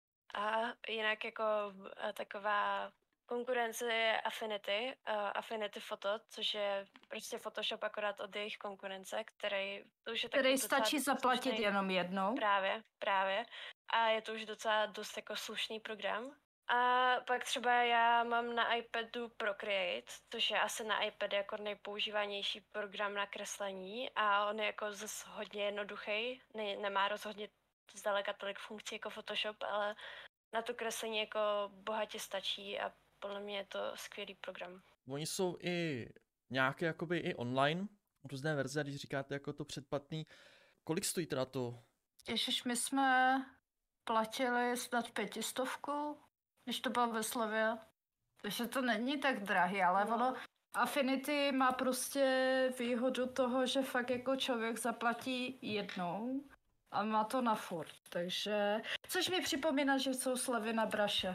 Speaker 4: A jinak jako eh, taková konkurence je Affinity, uh, Affinity Photo, což je prostě Photoshop akorát od jejich konkurence, který to už je
Speaker 2: Který
Speaker 4: takový docela
Speaker 2: stačí zaplatit
Speaker 4: slušný-
Speaker 2: jenom jednou.
Speaker 4: Právě, právě. A je to už docela dost jako slušný program. A pak třeba já mám na iPadu Procreate, což je asi na iPad jako nejpoužívanější program na kreslení a on je jako zase hodně jednoduchý, ne, nemá rozhodně zdaleka tolik funkcí jako Photoshop, ale na to kreslení jako bohatě stačí a podle mě je to skvělý program.
Speaker 1: Oni jsou i nějaké jakoby i online, různé verze, a když říkáte jako to předplatný, kolik stojí teda to?
Speaker 2: Ježiš, my jsme platili snad pětistovku, když to bylo ve slevě. Takže to není tak drahý, ale
Speaker 4: No.
Speaker 2: ono Affinity má prostě výhodu toho, že fakt jako člověk zaplatí jednou a má to na furt. Takže, což mi připomíná, že jsou slevy na braše.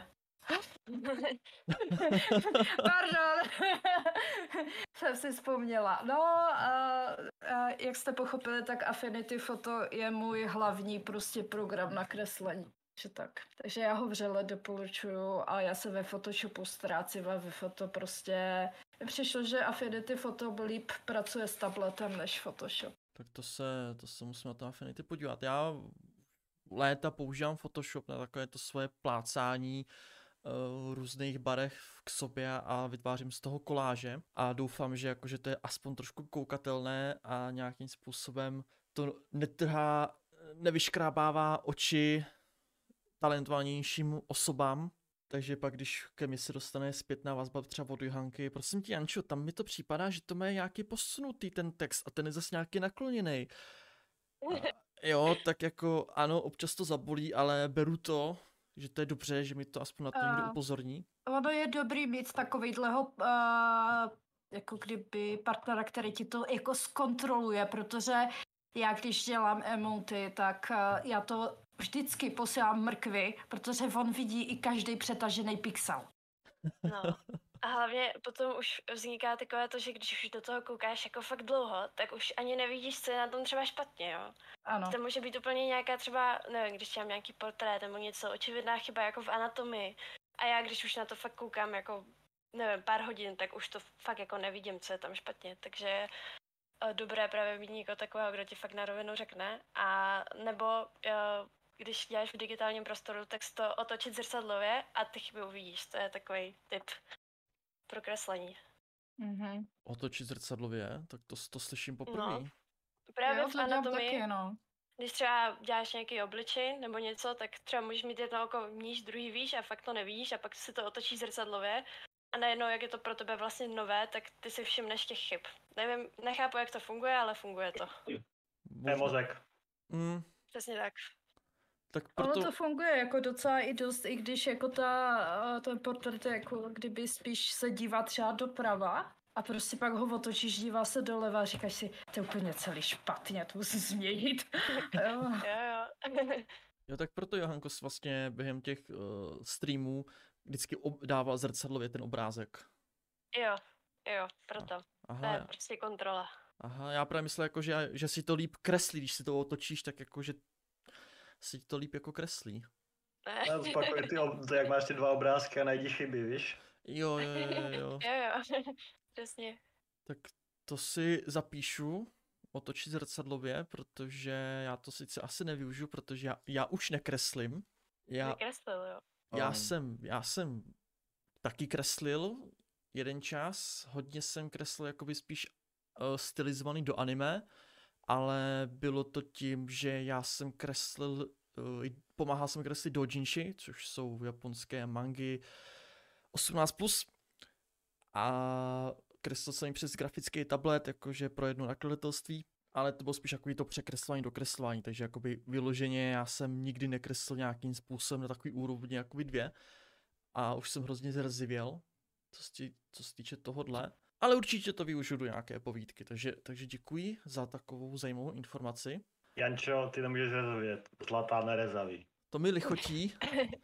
Speaker 2: Pardon, jsem si vzpomněla. No a, a jak jste pochopili, tak Affinity Photo je můj hlavní prostě program na kreslení. Že tak. Takže já ho vřele doporučuju a já se ve Photoshopu ztrácím a ve foto prostě mi přišlo, že Affinity Photo líp pracuje s tabletem než Photoshop.
Speaker 1: Tak to se, to se musím na to Affinity podívat. Já léta používám Photoshop na takové to svoje plácání uh, různých barev k sobě a vytvářím z toho koláže a doufám, že jakože to je aspoň trošku koukatelné a nějakým způsobem to netrhá nevyškrábává oči talentovanějším osobám, takže pak, když ke mně se dostane zpětná vazba třeba od Johanky, prosím tě, Jančo, tam mi to připadá, že to má nějaký posunutý ten text a ten je zase nějaký nakloněný. Jo, tak jako ano, občas to zabolí, ale beru to, že to je dobře, že mi to aspoň na to někdo
Speaker 2: A
Speaker 1: upozorní.
Speaker 2: ono je dobrý mít takovýhleho, uh, jako kdyby partnera, který ti to jako zkontroluje, protože já když dělám emoty, tak uh, já to vždycky posílám mrkvi, protože on vidí i každý přetažený pixel.
Speaker 4: No. A hlavně potom už vzniká takové to, že když už do toho koukáš jako fakt dlouho, tak už ani nevidíš, co je na tom třeba špatně, jo.
Speaker 2: Ano.
Speaker 4: To může být úplně nějaká třeba, nevím, když mám nějaký portrét nebo něco, očividná chyba jako v anatomii. A já když už na to fakt koukám jako, nevím, pár hodin, tak už to fakt jako nevidím, co je tam špatně. Takže je dobré právě mít někoho takového, kdo ti fakt na rovinu řekne. A nebo jo, když děláš v digitálním prostoru, tak si to otočit zrcadlově a ty chyby uvidíš. To je takový tip pro kreslení.
Speaker 2: Mhm.
Speaker 1: Otočit zrcadlově, tak to, to slyším poprvé.
Speaker 4: No. Právě
Speaker 2: Jo,
Speaker 4: v
Speaker 2: to dělám
Speaker 4: anatomii,
Speaker 2: taky, no.
Speaker 4: když třeba děláš nějaký obličej nebo něco, tak třeba můžeš mít jedno oko níž, druhý výš a fakt to nevíš a pak si to otočíš zrcadlově a najednou, jak je to pro tebe vlastně nové, tak ty si všimneš těch chyb. Nevím, nechápu, jak to funguje, ale funguje to.
Speaker 3: To je
Speaker 1: Možná-
Speaker 3: mozek.
Speaker 1: Mm,
Speaker 4: Přesně tak.
Speaker 1: tak
Speaker 2: Ono
Speaker 1: proto...
Speaker 2: to funguje jako docela i dost, i když jako ta, ten portrét je jako kdyby spíš se dívá třeba doprava a prostě pak ho otočíš, dívá se doleva a říkáš si, to je úplně celý špatně, to musím změnit. Jo.
Speaker 4: Jo, jo.
Speaker 1: Jo, tak proto Johanko jsi vlastně během těch uh, streamů vždycky ob- dával zrcadlově ten obrázek.
Speaker 4: jo, jo, proto. To
Speaker 1: Aha,
Speaker 4: je
Speaker 1: já-
Speaker 4: prostě kontrola.
Speaker 1: aha, já právě myslel, jako, že, že si to líp kreslí, když si to otočíš, tak jako, že si to líp jako kreslí.
Speaker 4: Ne?
Speaker 3: No, zopakuj ty, ob- to, jak máš ty dva obrázky a najdi chyby, víš?
Speaker 1: Jo, jo, jo, jo, jo.
Speaker 4: Jo, jo, přesně.
Speaker 1: Tak to si zapíšu, otočit zrcadlově, protože já to sice asi nevyužiju, protože já, já už nekreslím. Já,
Speaker 4: Vykreslil, jo.
Speaker 1: já,
Speaker 3: Um.
Speaker 1: jsem, já jsem taky kreslil jeden čas, hodně jsem kreslil jakoby spíš uh, stylizovaný do anime, ale bylo to tím, že já jsem kreslil, uh, pomáhal jsem kreslit doujinshi, což jsou japonské mangy osmnáct plus, a kreslil jsem ji přes grafický tablet, jakože pro jedno nakladatelství, ale to bylo spíš takový to překreslování do kreslování, takže jakoby vyloženě já jsem nikdy nekreslil nějakým způsobem na takový úrovni jakoby dvě a už jsem hrozně zrzivěl, co se, tí, co se týče tohodle, ale určitě to využiju do nějaké povídky, takže, takže děkuji za takovou zajímavou informaci.
Speaker 3: Jančo, ty nemůžeš rezavět. Zlatá nerezaví.
Speaker 1: To mi lichotí,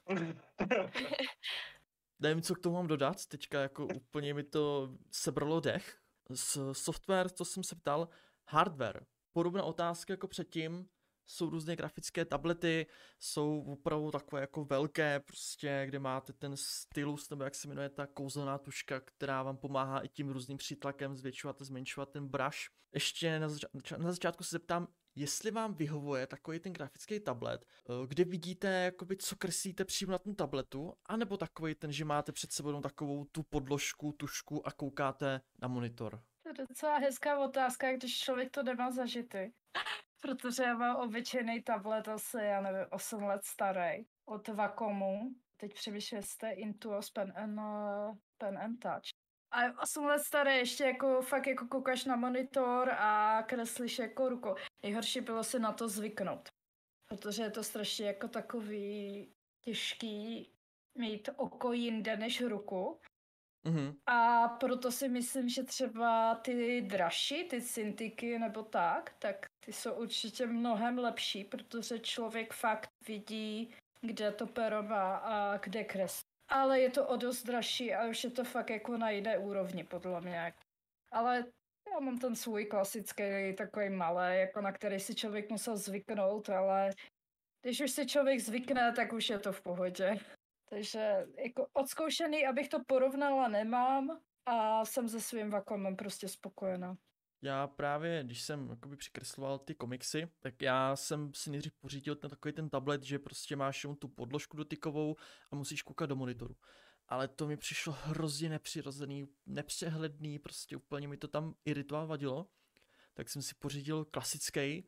Speaker 1: nevím, co k tomu mám dodat, teďka jako úplně mi to sebralo dech. S software, co jsem se ptal, hardware. Podobná otázka jako předtím, jsou různé grafické tablety, jsou opravdu takové jako velké, prostě, kde máte ten stylus, nebo jak se jmenuje ta kouzelná tuška, která vám pomáhá i tím různým přítlakem zvětšovat a zmenšovat ten brush. Ještě na, zača- na začátku se zeptám, jestli vám vyhovuje takový ten grafický tablet, kde vidíte, jakoby, co kreslíte přímo na tom tabletu, anebo takový ten, že máte před sebou takovou tu podložku, tušku a koukáte na monitor.
Speaker 2: To je docela hezká otázka, když člověk to nemá zažity. Protože já mám obyčejný tablet asi, já nevím, osm let starý. Od Vacomu. Teď přemýšlím, jestli Intuos Pen and, uh, Pen and Touch. A osm let starý, ještě jako fakt jako koukáš na monitor a kreslíš jako rukou. Nejhorší bylo si na to zvyknout. Protože je to strašně jako takový těžký mít oko jinde než ruku.
Speaker 1: Mhm.
Speaker 2: A proto si myslím, že třeba ty dražší, ty Cintiqy nebo tak, tak ty jsou určitě mnohem lepší, protože člověk fakt vidí, kde to pero má a kde kreslí. Ale je to o dost dražší a už je to fakt jako na jiné úrovni, podle mě. Ale já mám ten svůj klasický, takový malý, jako na který si člověk musel zvyknout, ale když už si člověk zvykne, tak už je to v pohodě. Takže jako odzkoušený, abych to porovnala, nemám a jsem se svým Vacomem prostě spokojená.
Speaker 1: Já právě, když jsem jakoby přikresloval ty komiksy, tak já jsem si nejdřív pořídil ten takový ten tablet, že prostě máš jenom tu podložku dotykovou a musíš koukat do monitoru. Ale to mi přišlo hrozně nepřirozený, nepřehledný, prostě úplně mi to tam iritovalo, vadilo. Tak jsem si pořídil klasický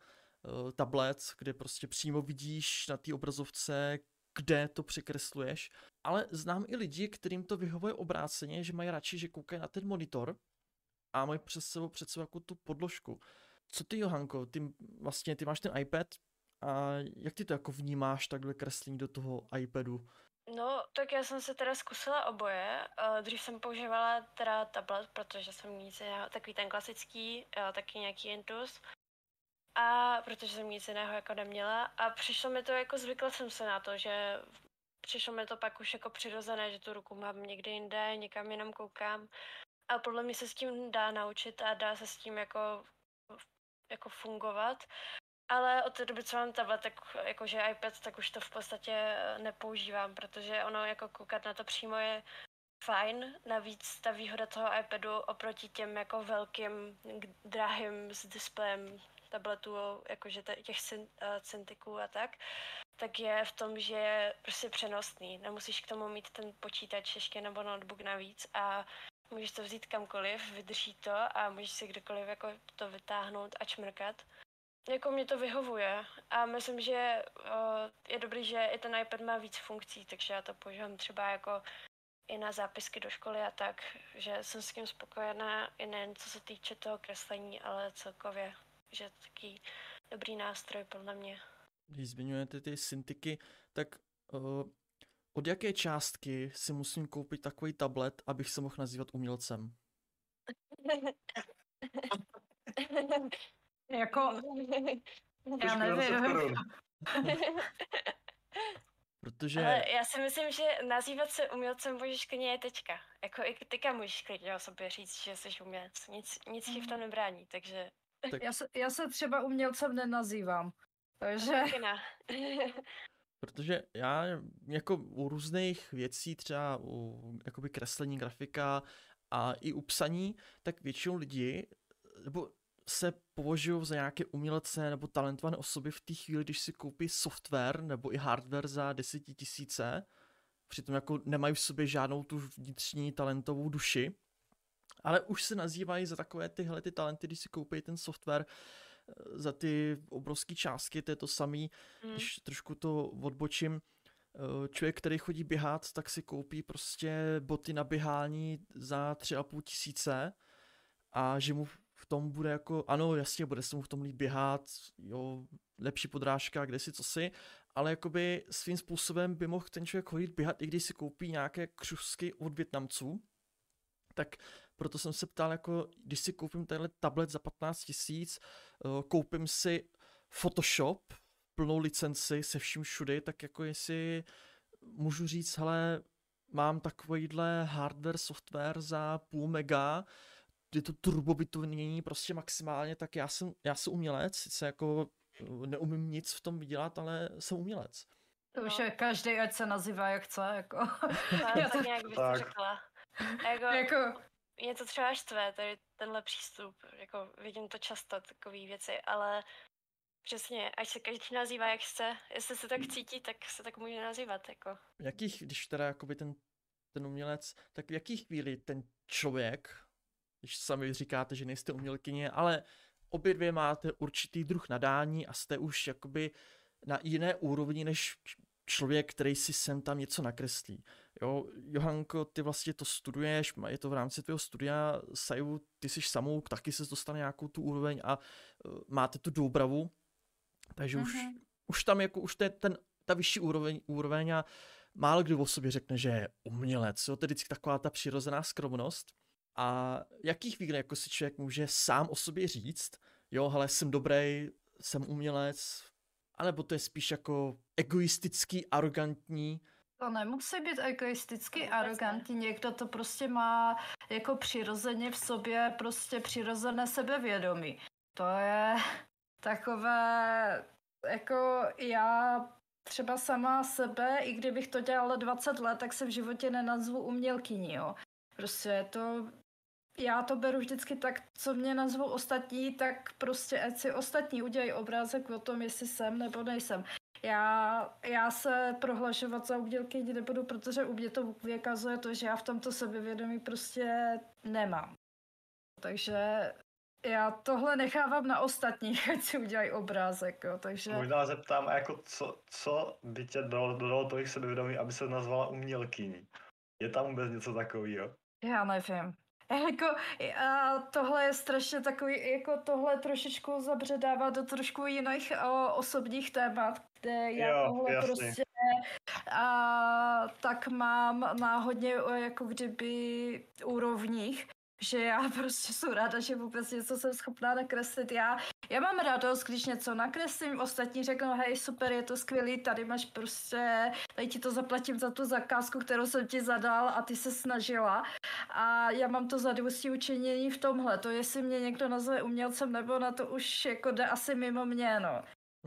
Speaker 1: uh, tablet, kde prostě přímo vidíš na té obrazovce, kde to překresluješ. Ale znám i lidi, kterým to vyhovuje obráceně, že mají radši, že koukají na ten monitor a mají přes sebou před sebou jako tu podložku. Co ty, Johanko, ty vlastně ty máš ten iPad a jak ty to jako vnímáš takhle kreslení do toho iPadu?
Speaker 4: No, tak já jsem se teda zkusila oboje. Uh, Dřív jsem používala teda tablet, protože jsem nic jiného, takový ten klasický, uh, taky nějaký Intus. A protože jsem nic jiného jako neměla. A přišlo mi to, jako zvykla jsem se na to, že přišlo mi to pak už jako přirozené, že tu ruku mám někde jinde, někam jinam koukám. A podle mě se s tím dá naučit a dá se s tím jako, jako fungovat. Ale od té doby, co mám tablet, tak jakože iPad, tak už to v podstatě nepoužívám, protože ono jako koukat na to přímo je fajn. Navíc ta výhoda toho iPadu oproti těm jako velkým, drahým s displejem tabletů, jakože těch Cintiqů a tak, tak je v tom, že je prostě přenosný. Nemusíš k tomu mít ten počítač ještě nebo notebook navíc a můžeš to vzít kamkoliv, vydrží to a můžeš si kdekoliv jako to vytáhnout a čmrkat. Jako mě to vyhovuje a myslím, že uh, je dobrý, že i ten iPad má víc funkcí, takže já to používám třeba jako i na zápisky do školy a tak, že jsem s tím spokojená i nejen co se týče toho kreslení, ale celkově, že je to taký dobrý nástroj podle mě.
Speaker 1: Když zmiňujete ty Cintiqy, tak uh, od jaké částky si musím koupit takový tablet, abych se mohl nazývat umělcem?
Speaker 2: Jako, já nevím.
Speaker 1: Protože...
Speaker 4: Ale já si myslím, že nazývat se umělcem můžeš klidně je teďka. Jako i teďka můžeš klidně o sobě říct, že jsi umělec. Nic, nic ti v tom nebrání, takže...
Speaker 2: Tak... Já, se, já se třeba umělcem nenazývám, takže...
Speaker 1: Protože já jako u různých věcí, třeba u jakoby kreslení, grafika a i u psaní, tak většinou lidi, nebo se považují za nějaké umělce nebo talentované osoby v té chvíli, když si koupí software nebo i hardware za desetitisíce, přitom jako nemají v sobě žádnou tu vnitřní talentovou duši, ale už se nazývají za takové tyhle ty talenty, když si koupí ten software za ty obrovské částky, to je to samý, mm. když trošku to odbočím, člověk, který chodí běhat, tak si koupí prostě boty na běhání za tři a půl tisíce a že mu v tom bude jako, ano, jasně, bude se mu v tom líp běhat, jo, lepší podrážka, kde si, co si, ale jakoby svým způsobem by mohl ten člověk chodit běhat, i když si koupí nějaké křusky od Vietnamců, tak proto jsem se ptal, jako, když si koupím tenhle tablet za patnáct tisíc, koupím si Photoshop, plnou licenci se vším všudy, tak jako jestli můžu říct, hele, mám takovýhle hardware, software za půl mega, je to turbobitovnění prostě maximálně, tak já jsem, já jsem umělec, sice jako neumím nic v tom vydělat, ale jsem umělec.
Speaker 2: To už je každý, ať se nazývá jak chce, jako.
Speaker 4: Já to nějak bych to řekla. Jako,
Speaker 2: jako...
Speaker 4: Mě to třeba štve, tady tenhle přístup, jako vidím to často, takové věci, ale přesně, ať se každý nazývá jak chce, jestli se tak cítí, tak se tak může nazývat, jako.
Speaker 1: V jakých, když teda jakoby ten, ten umělec, tak v jakých chvíli ten člověk, když sami říkáte, že nejste umělkyně, ale obě dvě máte určitý druh nadání a jste už jakoby na jiné úrovni než člověk, který si sem tam něco nakreslí. Jo, Johanko, ty vlastně to studuješ, je to v rámci tvého studia, Saju, ty jsi samouk, taky se dostane nějakou tu úroveň a uh, máte tu doubravu, takže mm-hmm. už, už tam jako, už to je ten, ta vyšší úroveň, úroveň a málo kdo o sobě řekne, že je umělec, jo, to je vždycky taková ta přirozená skromnost. A v jakých chvíli jako si člověk může sám o sobě říct, jo, hele, jsem dobrý, jsem umělec, anebo to je spíš jako egoistický, arrogantní.
Speaker 2: To nemusí být egoisticky arrogantní, někdo to prostě má jako přirozeně v sobě, prostě přirozené sebevědomí. To je takové, jako já třeba sama sebe, i kdybych to dělala dvacet let, tak se v životě nenazvu umělkyní, jo. Prostě to, já to beru vždycky tak, co mě nazvou ostatní, tak prostě ať si ostatní udělají obrázek o tom, jestli jsem nebo nejsem. Já, já se prohlašovat za umělkyni nebudu, protože u mě to vykazuje to, že já v tomto sebevědomí prostě nemám. Takže Já tohle nechávám na ostatních, ať si udělají obrázek, jo, takže...
Speaker 3: Možná zeptám, jako co, co by tě dalo, dodalo tolik sebevědomí, aby se nazvala umělkyní? Je tam vůbec něco takového?
Speaker 2: Já nevím. Jako, a tohle je strašně takový, jako tohle trošičku zabředává do trošku jiných o, osobních témat, kde já
Speaker 3: Jo,
Speaker 2: tohle
Speaker 3: jasně.
Speaker 2: prostě a tak mám na hodně o, jako kdyby úrovních, že já prostě jsem ráda, že vůbec něco jsem schopná nakreslit. Já, já mám radost, když něco nakreslím, ostatní řeknou, hej, super, je to skvělý, tady máš prostě, tady ti to zaplatím za tu zakázku, kterou jsem ti zadal a ty se snažila. A já mám to zadosti učinění v tomhle. To, jestli mě někdo nazve umělcem, nebo na to už jako jde asi mimo mě, no.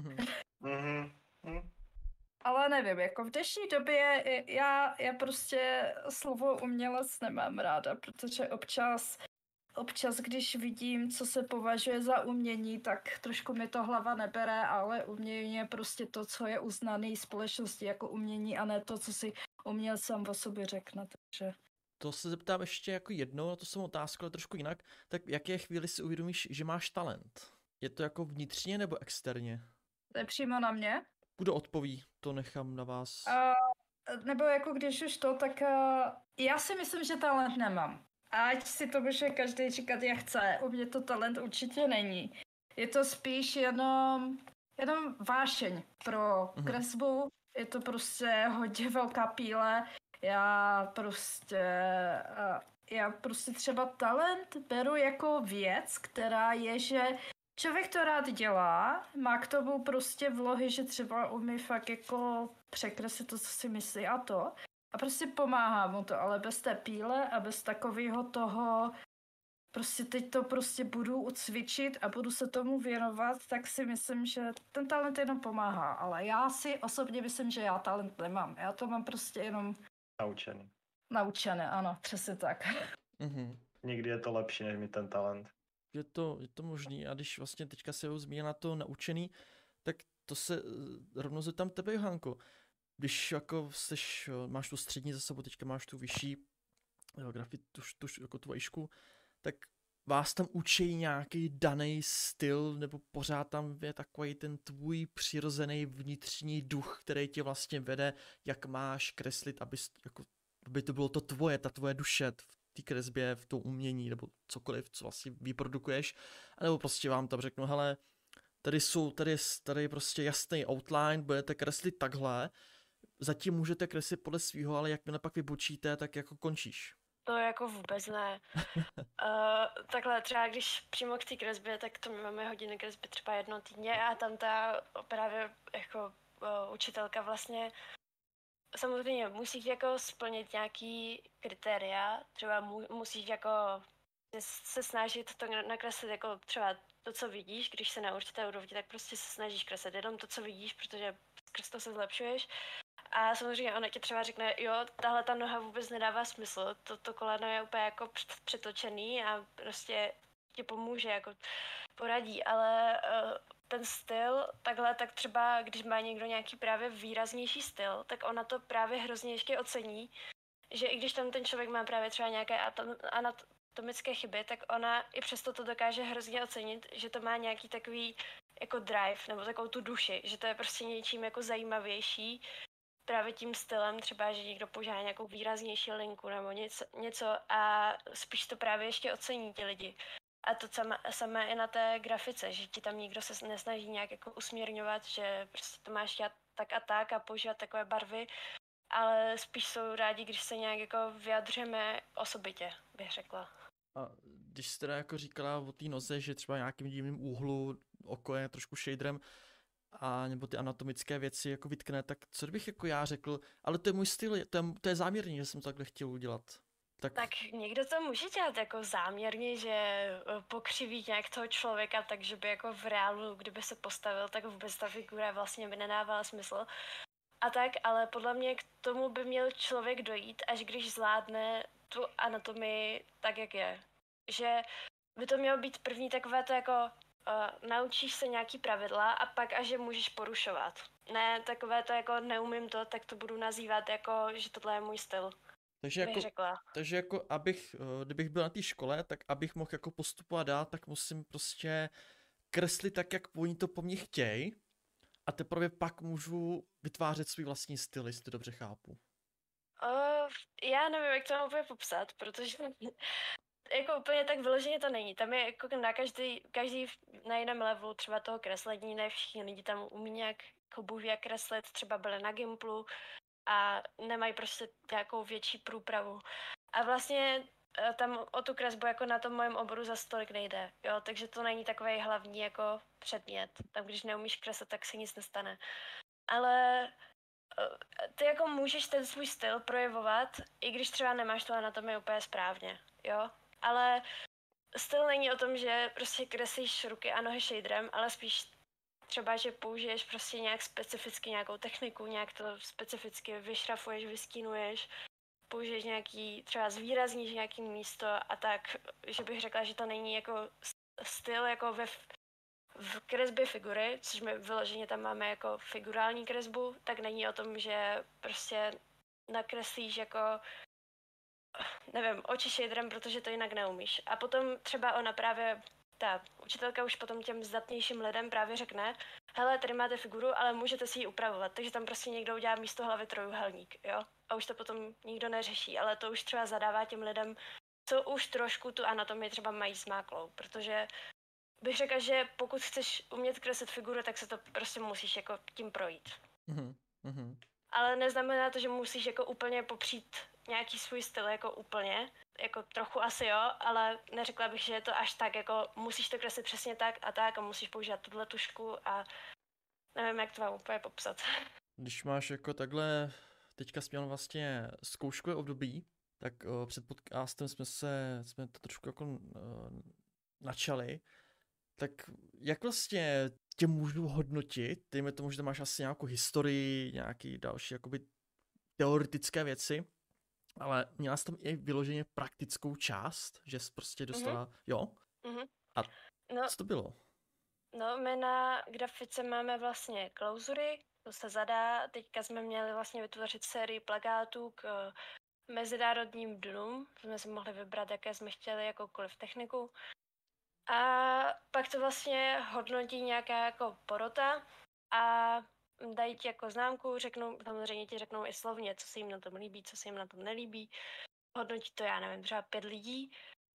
Speaker 3: Mhm. Mhm.
Speaker 2: Ale nevím, jako v dnešní době já, já prostě slovo umělec nemám ráda, protože občas, občas, když vidím, co se považuje za umění, tak trošku mi to hlava nebere, ale umění je prostě to, co je uznaný společnosti jako umění a ne to, co si umělec sám o sobě řekne, takže...
Speaker 1: To se zeptám ještě jako jednou, na to jsem otázku, ale trošku jinak. Tak v jaké chvíli si uvědomíš, že máš talent? Je to jako vnitřně nebo externě?
Speaker 2: To je přímo na mě.
Speaker 1: Kdo odpoví, to nechám na vás.
Speaker 2: A, nebo jako když už to, tak uh, já si myslím, že talent nemám. Ať si to může každý říkat, jak chce. U mě to talent určitě není. Je to spíš jenom, jenom vášeň pro
Speaker 1: Mhm.
Speaker 2: kresbu. Je to prostě hodně velká píle. Já prostě, uh, já prostě třeba talent beru jako věc, která je, že člověk to rád dělá, má k tomu prostě vlohy, že třeba umí fakt jako překreslit to, co si myslí a to. A prostě pomáhá mu to, ale bez té píle a bez takového toho, prostě teď to prostě budu cvičit a budu se tomu věnovat, tak si myslím, že ten talent jenom pomáhá. Ale já si osobně myslím, že já talent nemám. Já to mám prostě jenom
Speaker 3: Naučený.
Speaker 2: naučené, ano, přesně tak.
Speaker 1: Mhm.
Speaker 3: Nikdy je to lepší, než mít ten talent.
Speaker 1: Je to, je to možný a když vlastně teďka se ho zmínil na to naučený, tak to se eh, rovnou zeptám tebe, Johanko. Když jako seš, eh, máš tu střední za sebou, teďka máš tu vyšší jo, grafit, tu, tu, jako tu vejšku, tak vás tam učí nějaký daný styl, nebo pořád tam je takový ten tvůj přirozený vnitřní duch, který tě vlastně vede, jak máš kreslit, aby, jako, aby to bylo to tvoje, ta tvoje duše v té kresbě, v tom umění, nebo cokoliv, co vlastně vyprodukuješ, anebo prostě vám tam řeknu, hele, tady jsou, tady je, tady je prostě jasný outline, budete kreslit takhle, zatím můžete kreslit podle svýho, ale jakmile pak vybočíte, tak jako končíš.
Speaker 4: To jako vůbec ne. uh, takhle třeba když přímo k té kresbě, tak to my máme hodiny kresby třeba jednou týdně a tam ta právě jako uh, učitelka vlastně samozřejmě musíš jako splnit nějaký kritéria, třeba mu, musíš jako se snažit to nakreslit jako třeba to, co vidíš, když se na určité úrovni, tak prostě se snažíš kreslit jenom to, co vidíš, protože skrz to se zlepšuješ. A samozřejmě ona ti třeba řekne, jo, tahle ta noha vůbec nedává smysl, to, to koleno je úplně jako přetočený a prostě ti pomůže, jako poradí, ale uh, ten styl, takhle, tak třeba, když má někdo nějaký právě výraznější styl, tak ona to právě hrozně ještě ocení, že i když tam ten člověk má právě třeba nějaké atom, anatomické chyby, tak ona i přesto to dokáže hrozně ocenit, že to má nějaký takový jako drive, nebo takovou tu duši, že to je prostě něčím jako zajímavější, právě tím stylem, třeba, že někdo používá nějakou výraznější linku nebo něco, něco a spíš to právě ještě ocení ti lidi. A to samé, samé i na té grafice, že ti tam nikdo se nesnaží nějak jako usměrňovat, že prostě to máš dělat tak a tak a používat takové barvy, ale spíš jsou rádi, když se nějak jako vyjadřujeme osobitě, bych řekla.
Speaker 1: A když jsi teda jako říkala o té noze, že třeba nějakým divným úhlu oko je trošku shaderem, a nebo ty anatomické věci jako vytkne, tak co bych jako já řekl, ale to je můj styl, to je, to je záměrný, že jsem to takhle chtěl udělat. Tak...
Speaker 4: tak někdo to může dělat jako záměrně, že pokřiví nějak toho člověka, takže by jako v reálu, kdyby se postavil, tak vůbec ta figura vlastně by nedávala smysl. A tak, ale podle mě k tomu by měl člověk dojít, až když zvládne tu anatomii tak, jak je. Že by to mělo být první takové to jako Uh, naučíš se nějaký pravidla a pak až je můžeš porušovat. Ne takové to jako neumím to, tak to budu nazývat jako, že tohle je můj styl.
Speaker 1: Takže
Speaker 4: bych
Speaker 1: jako,
Speaker 4: řekla.
Speaker 1: takže jako abych, eh, kdybych byl na té škole, tak abych mohl jako postupovat dál, tak musím prostě kreslit tak, jak oni to po mně chtějí a teprve pak můžu vytvářet svůj vlastní styl, jestli to dobře chápu.
Speaker 4: Uh, já nevím, jak to mám úplně popsat, protože jako úplně tak vyloženě to není. Tam je jako na každý, každý na jiném levelu třeba toho kreslení, ne všichni lidi tam umí nějak jako bůh jak kreslit, třeba byli na Gimplu a nemají prostě nějakou větší průpravu. A vlastně eh, tam o tu kresbu jako na tom mojem oboru za stolik nejde, jo, takže to není takový hlavní jako předmět. Tam, když neumíš kreslit, tak se nic nestane. Ale eh, ty jako můžeš ten svůj styl projevovat, i když třeba nemáš to anatomii úplně správně, jo. Ale styl není o tom, že prostě kreslíš ruky a nohy shaderem, ale spíš třeba, že použiješ prostě nějak specificky nějakou techniku, nějak to specificky vyšrafuješ, vyskínuješ, použiješ nějaký, třeba zvýrazníš nějaký místo a tak, že bych řekla, že to není jako styl jako ve v kresbě figury, což my vyloženě tam máme jako figurální kresbu, tak není o tom, že prostě nakreslíš jako nevím, oči shaderem, protože to jinak neumíš. A potom třeba ona právě, ta učitelka už potom těm zdatnějším lidem právě řekne, hele, tady máte figuru, ale můžete si ji upravovat, takže tam prostě někdo udělá místo hlavy trojuhelník, jo? A už to potom nikdo neřeší, ale to už třeba zadává těm lidem, co už trošku tu anatomii třeba mají zmáklou, protože bych řekla, že pokud chceš umět kreslit figuru, tak se to prostě musíš jako tím projít.
Speaker 1: Mm-hmm.
Speaker 4: Ale neznamená to, že musíš jako úplně popřít nějaký svůj styl jako úplně, jako trochu asi jo, ale neřekla bych, že je to až tak, jako musíš to kreslit přesně tak a tak a musíš používat tuhle tušku a nevím, jak to mám úplně popsat.
Speaker 1: Když máš jako takhle, teďka jsme měli vlastně zkouškové období, tak uh, před podcastem jsme se, jsme to trošku jako uh, načali, tak jak vlastně tě můžu hodnotit, dejme tomu, že tam máš asi nějakou historii, nějaký další jakoby teoretické věci, ale měla jsi tam i vyloženě praktickou část, že jsi prostě dostala, mm-hmm. jo?
Speaker 4: Mm-hmm.
Speaker 1: A
Speaker 4: no,
Speaker 1: co to bylo?
Speaker 4: No, my na grafice máme vlastně klauzury, to se zadá, teďka jsme měli vlastně vytvořit sérii plakátů k mezinárodním dnům, jsme si mohli vybrat, jaké jsme chtěli, jakoukoliv techniku. A pak to vlastně hodnotí nějaká jako porota a dají ti jako známku, řeknou, samozřejmě ti řeknou i slovně, co se jim na tom líbí, co se jim na tom nelíbí. Hodnotí to, já nevím, třeba pět lidí.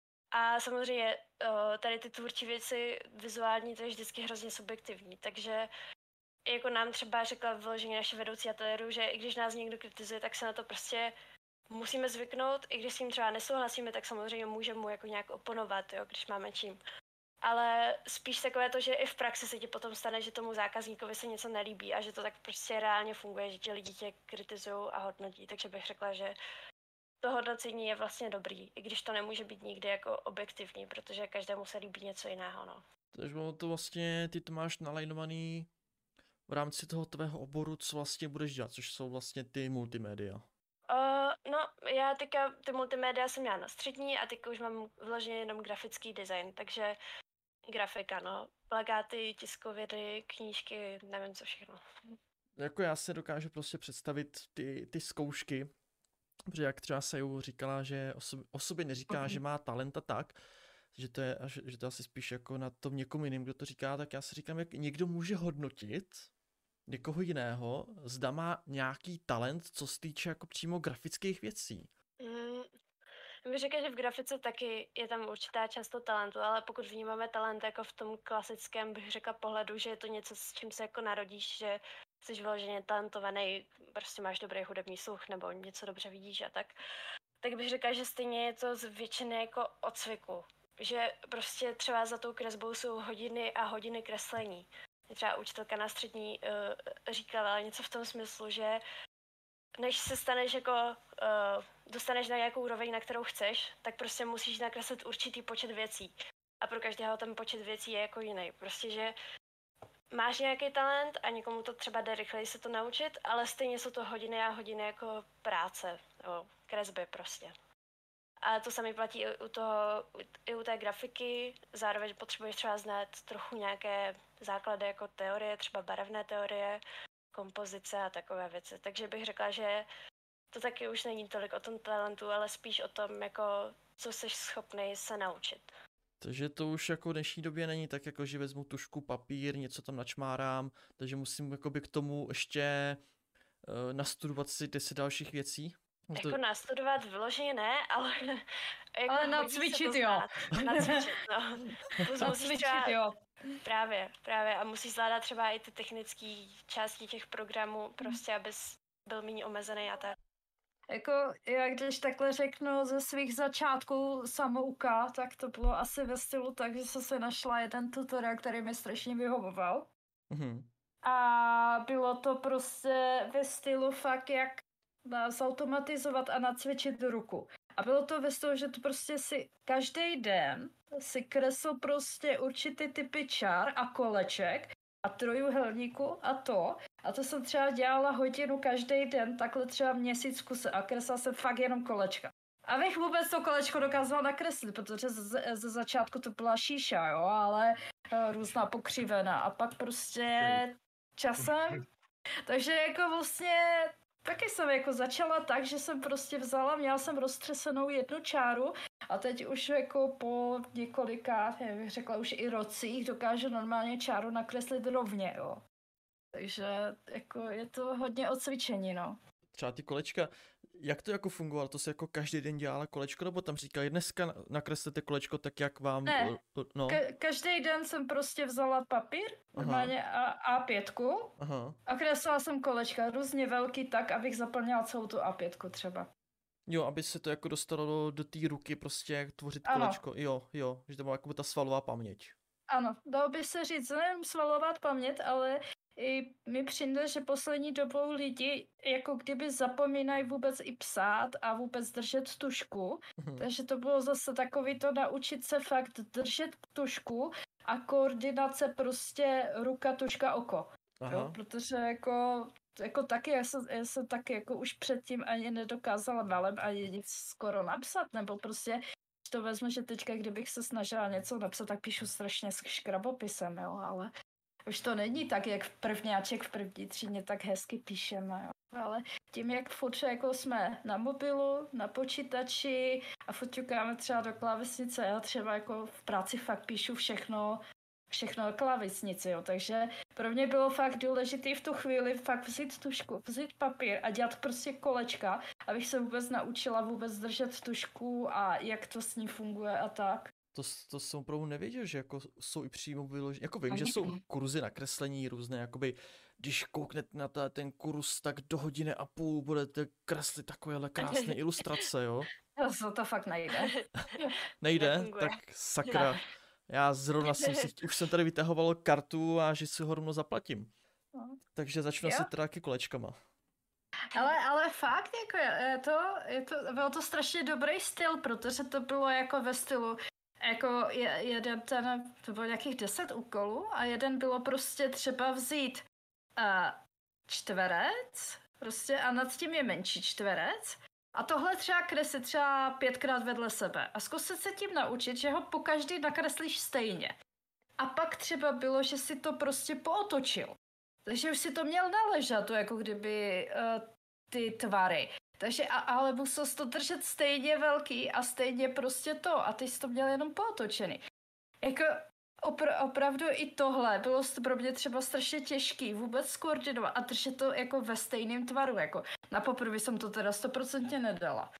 Speaker 4: A samozřejmě tady ty tvůrčí věci vizuální, to je vždycky hrozně subjektivní, takže jako nám třeba řekla vyloženě naše vedoucí ateliéru, že i když nás někdo kritizuje, tak se na to prostě musíme zvyknout, i když s tím třeba nesouhlasíme, tak samozřejmě můžeme mu jako nějak oponovat, jo, když máme čím. Ale spíš takové to, že i v praxi se ti potom stane, že tomu zákazníkovi se něco nelíbí a že to tak prostě reálně funguje, že ti lidi tě kritizují a hodnotí, takže bych řekla, že to hodnocení je vlastně dobrý, i když to nemůže být nikdy jako objektivní, protože každému se líbí něco jiného, no.
Speaker 1: Takže to vlastně, ty to máš nalajnovaný v rámci toho tvého oboru, co vlastně budeš dělat, což jsou vlastně ty multimédia.
Speaker 4: Uh, no, já teďka ty multimédia jsem měla na střední a teďka už mám vloženě jenom grafický design, takže grafika, no. Plakáty, tiskovědy, knížky, nevím co všechno.
Speaker 1: Jako já se dokážu prostě představit ty, ty zkoušky, protože jak třeba Saju říkala, že o sobě, o sobě neříká, uh-huh. že má talent a tak, že to je že, že to asi spíš jako na tom někomu jiným, kdo to říká, tak já si říkám, jak někdo může hodnotit někoho jiného, zda má nějaký talent, co se týče jako přímo grafických věcí.
Speaker 4: Mm, bych řekla, že v grafice taky je tam určitá část toho talentu, ale pokud vnímáme talent jako v tom klasickém, bych řekla pohledu, že je to něco, s čím se jako narodíš, že jsi vyloženě talentovaný, prostě máš dobrý hudební sluch nebo něco dobře vidíš a tak, tak bych řekla, že stejně je to z většiny jako od cviku. Že prostě třeba za tou kresbou jsou hodiny a hodiny kreslení. Třeba učitelka na střední uh, říkala něco v tom smyslu, že než se staneš jako, uh, dostaneš na nějakou úroveň, na kterou chceš, tak prostě musíš nakreslit určitý počet věcí. A pro každého ten počet věcí je jako jiný. Prostě, že máš nějaký talent a někomu to třeba jde rychleji se to naučit, ale stejně jsou to hodiny a hodiny jako práce, nebo kresby prostě. A to samé platí i u, toho, i u té grafiky, zároveň potřebuješ třeba znát trochu nějaké základy jako teorie, třeba barevné teorie, kompozice a takové věci. Takže bych řekla, že to taky už není tolik o tom talentu, ale spíš o tom, jako, co jsi schopný se naučit.
Speaker 1: Takže to už jako v dnešní době není tak, jako že vezmu tušku, papír, něco tam načmárám, takže musím jakoby k tomu ještě uh, nastudovat si deset dalších věcí.
Speaker 4: Jako to... nastudovat vyloženě ne, ale... Jako
Speaker 2: ale nacvičit, jo.
Speaker 4: Nacvičit, no.
Speaker 2: Nacvičit, jo.
Speaker 4: Právě, právě. A musíš zvládat třeba i ty technické části těch programů, prostě abys byl méně omezený a tak.
Speaker 2: Jako, já když takhle řeknu ze svých začátků samouka, tak to bylo asi ve stylu tak, že jsem se našla jeden tutoriál, který mi strašně vyhovoval.
Speaker 1: Mm-hmm.
Speaker 2: A bylo to prostě ve stylu fakt, jak zautomatizovat a nacvičit ruku. A bylo to ve stylu, že to prostě si každý den si kresl prostě určitý typy čár a koleček a trojuhelníku a to. A to jsem třeba dělala hodinu každý den, takhle třeba měsíc kuse a kreslila jsem fakt jenom kolečka. Abych vůbec to kolečko dokázala nakreslit, protože ze, ze začátku to byla šíša, jo, ale uh, různá pokřivená. A pak prostě časem, takže jako vlastně taky jsem jako začala tak, že jsem prostě vzala, měla jsem roztřesenou jednu čáru a teď už jako po několika, já bych řekla už i rocích, dokážu normálně čáru nakreslit rovně, jo. Takže jako je to hodně o cvičení, no.
Speaker 1: Třeba ty kolečka, jak to jako fungovalo? To se jako každý den dělala kolečko, nebo tam říkali, dneska nakreslete kolečko tak, jak vám...
Speaker 2: Ne,
Speaker 1: no.
Speaker 2: Ka- každý den jsem prostě vzala papír, normálně A pět
Speaker 1: Aha.
Speaker 2: a kreslila jsem kolečka různě velký tak, abych zaplnila celou tu A pět třeba.
Speaker 1: Jo, aby se to jako dostalo do, do té ruky, prostě jak tvořit
Speaker 2: ano.
Speaker 1: kolečko. Jo, jo, že to byla jako ta svalová paměť.
Speaker 2: Ano, dalo by se říct, nejen svalová paměť, ale i mi přijde, že poslední dobou lidi jako kdyby zapomínají vůbec i psát a vůbec držet tušku. Mhm. Takže to bylo zase takový to naučit se fakt držet tušku a koordinace prostě ruka, tuška, oko. Jo, protože jako, jako taky, já jsem, já jsem taky jako už předtím ani nedokázala malem ani nic skoro napsat, nebo prostě to vezmu, že teďka, kdybych se snažila něco napsat, tak píšu strašně s škrabopisem, jo, ale už to není tak, jak v prvňáček v první třídě tak hezky píšeme, jo. Ale tím, jak furt jako jsme na mobilu, na počítači a furt ťukáme třeba do klávesnice, já třeba jako v práci fakt píšu všechno, všechno do klávesnici, jo. Takže pro mě bylo fakt důležité v tu chvíli fakt vzít tušku, vzít papír a dělat prostě kolečka, abych se vůbec naučila vůbec držet tušku a jak to s ní funguje a tak.
Speaker 1: To, to jsem opravdu nevěděl, že jako jsou i přímo vyložené, jako vím, že jsou kurzy na kreslení různé, jakoby, když kouknete na ta, ten kurz, tak do hodiny a půl budete kreslit takovéhle krásné ilustrace, jo?
Speaker 2: To, to fakt nejde.
Speaker 1: Nejde? Nefunguje. Tak sakra. Ne. Já zrovna jsem si, už jsem tady vytahoval kartu a že si ho rovno zaplatím. No. Takže začnu si teda taky kolečkama.
Speaker 2: Ale, ale fakt, jako je to, je to, bylo to strašně dobrý styl, protože to bylo jako ve stylu, jako je, jeden ten, to bylo nějakých deset úkolů a jeden bylo prostě třeba vzít uh, čtverec, prostě a nad tím je menší čtverec a tohle třeba kreslit třeba pětkrát vedle sebe a zkusit se tím naučit, že ho pokaždý nakreslíš stejně. A pak třeba bylo, že si to prostě pootočil. Takže už si to měl naležat, jako kdyby uh, ty tvary. Takže a, ale musel jsi to držet stejně velký a stejně prostě to. A ty jsi to měl jenom pootočený. Jako opr- opravdu i tohle bylo pro mě třeba strašně těžký vůbec skoordinovat a držet to jako ve stejném tvaru. Jako. Na poprvé jsem to teda stoprocentně nedala.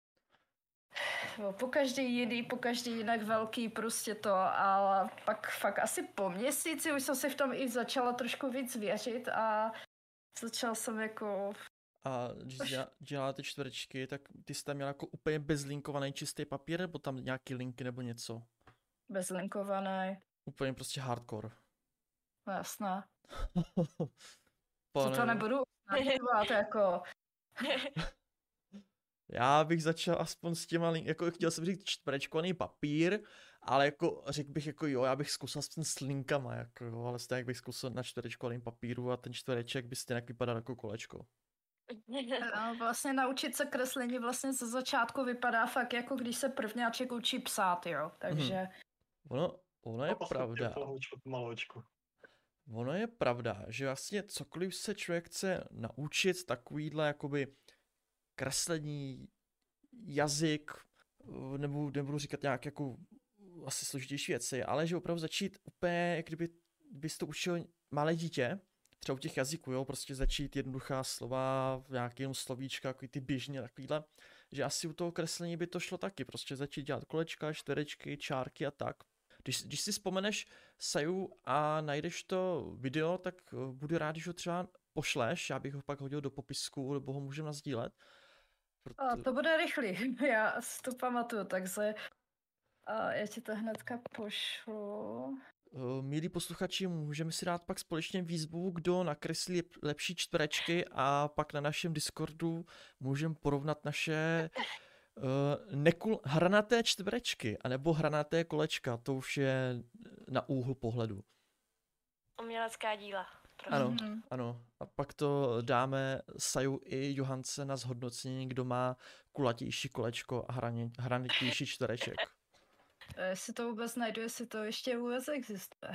Speaker 2: Po každý jiný, po každý jinak velký prostě to, ale pak fakt asi po měsíci už jsem si v tom i začala trošku víc věřit a začala jsem jako...
Speaker 1: A když děláte čtverečky, tak ty jsi tam měla jako úplně bezlinkovaný čistý papír, nebo tam nějaký linky nebo něco?
Speaker 2: Bezlinkovaný.
Speaker 1: Úplně prostě hardcore.
Speaker 2: No jasná. Co to nebudu uznat, jako...
Speaker 1: Já bych začal aspoň s těma, jako chtěl jsem říct čtverečkovaný papír, ale jako řekl bych jako jo, já bych zkusil s linkama, jako jo, ale stejně bych zkusil na čtverečkovaném papíru a ten čtvereček by stejně vypadal jako kolečko.
Speaker 2: No, vlastně naučit se kreslení vlastně ze začátku vypadá fakt jako když se prvňáček učí psát, jo, takže... Hmm.
Speaker 1: Ono, ono je
Speaker 3: no,
Speaker 1: pravda.
Speaker 3: Maloučku.
Speaker 1: Ono je pravda, že vlastně cokoliv se člověk chce naučit takovýhle jakoby kreslení, jazyk, nebudu, nebudu říkat nějak jako asi složitější věci, ale že opravdu začít úplně, jak kdyby bys to učil malé dítě, třeba u těch jazyků, jo, prostě začít jednoduchá slova, nějaký jenom slovíčka, jako ty běžně takovýhle, že asi u toho kreslení by to šlo taky, prostě začít dělat kolečka, čtverečky, čárky a tak. Když, když si vzpomeneš, Saju, a najdeš to video, tak budu rád, když ho třeba pošleš, já bych ho pak hodil do popisku, nebo ho můžeme nasdílet.
Speaker 2: Proto... A to bude rychlý, já si to pamatuju, takže a já ti to hnedka pošlu.
Speaker 1: Milí posluchači, můžeme si dát pak společně výzvu, kdo nakreslí lepší čtverečky a pak na našem Discordu můžeme porovnat naše uh, nekul- hranaté čtverečky, anebo hranaté kolečka, to už je na úhlu pohledu.
Speaker 4: Umělecká díla.
Speaker 1: Prosím. Ano, mm-hmm. ano. A pak to dáme Saju i Johance na zhodnocení, kdo má kulatější kolečko a hraně, hranitější čtvereček.
Speaker 2: Jestli to vůbec najdu, jestli to ještě vůbec existuje.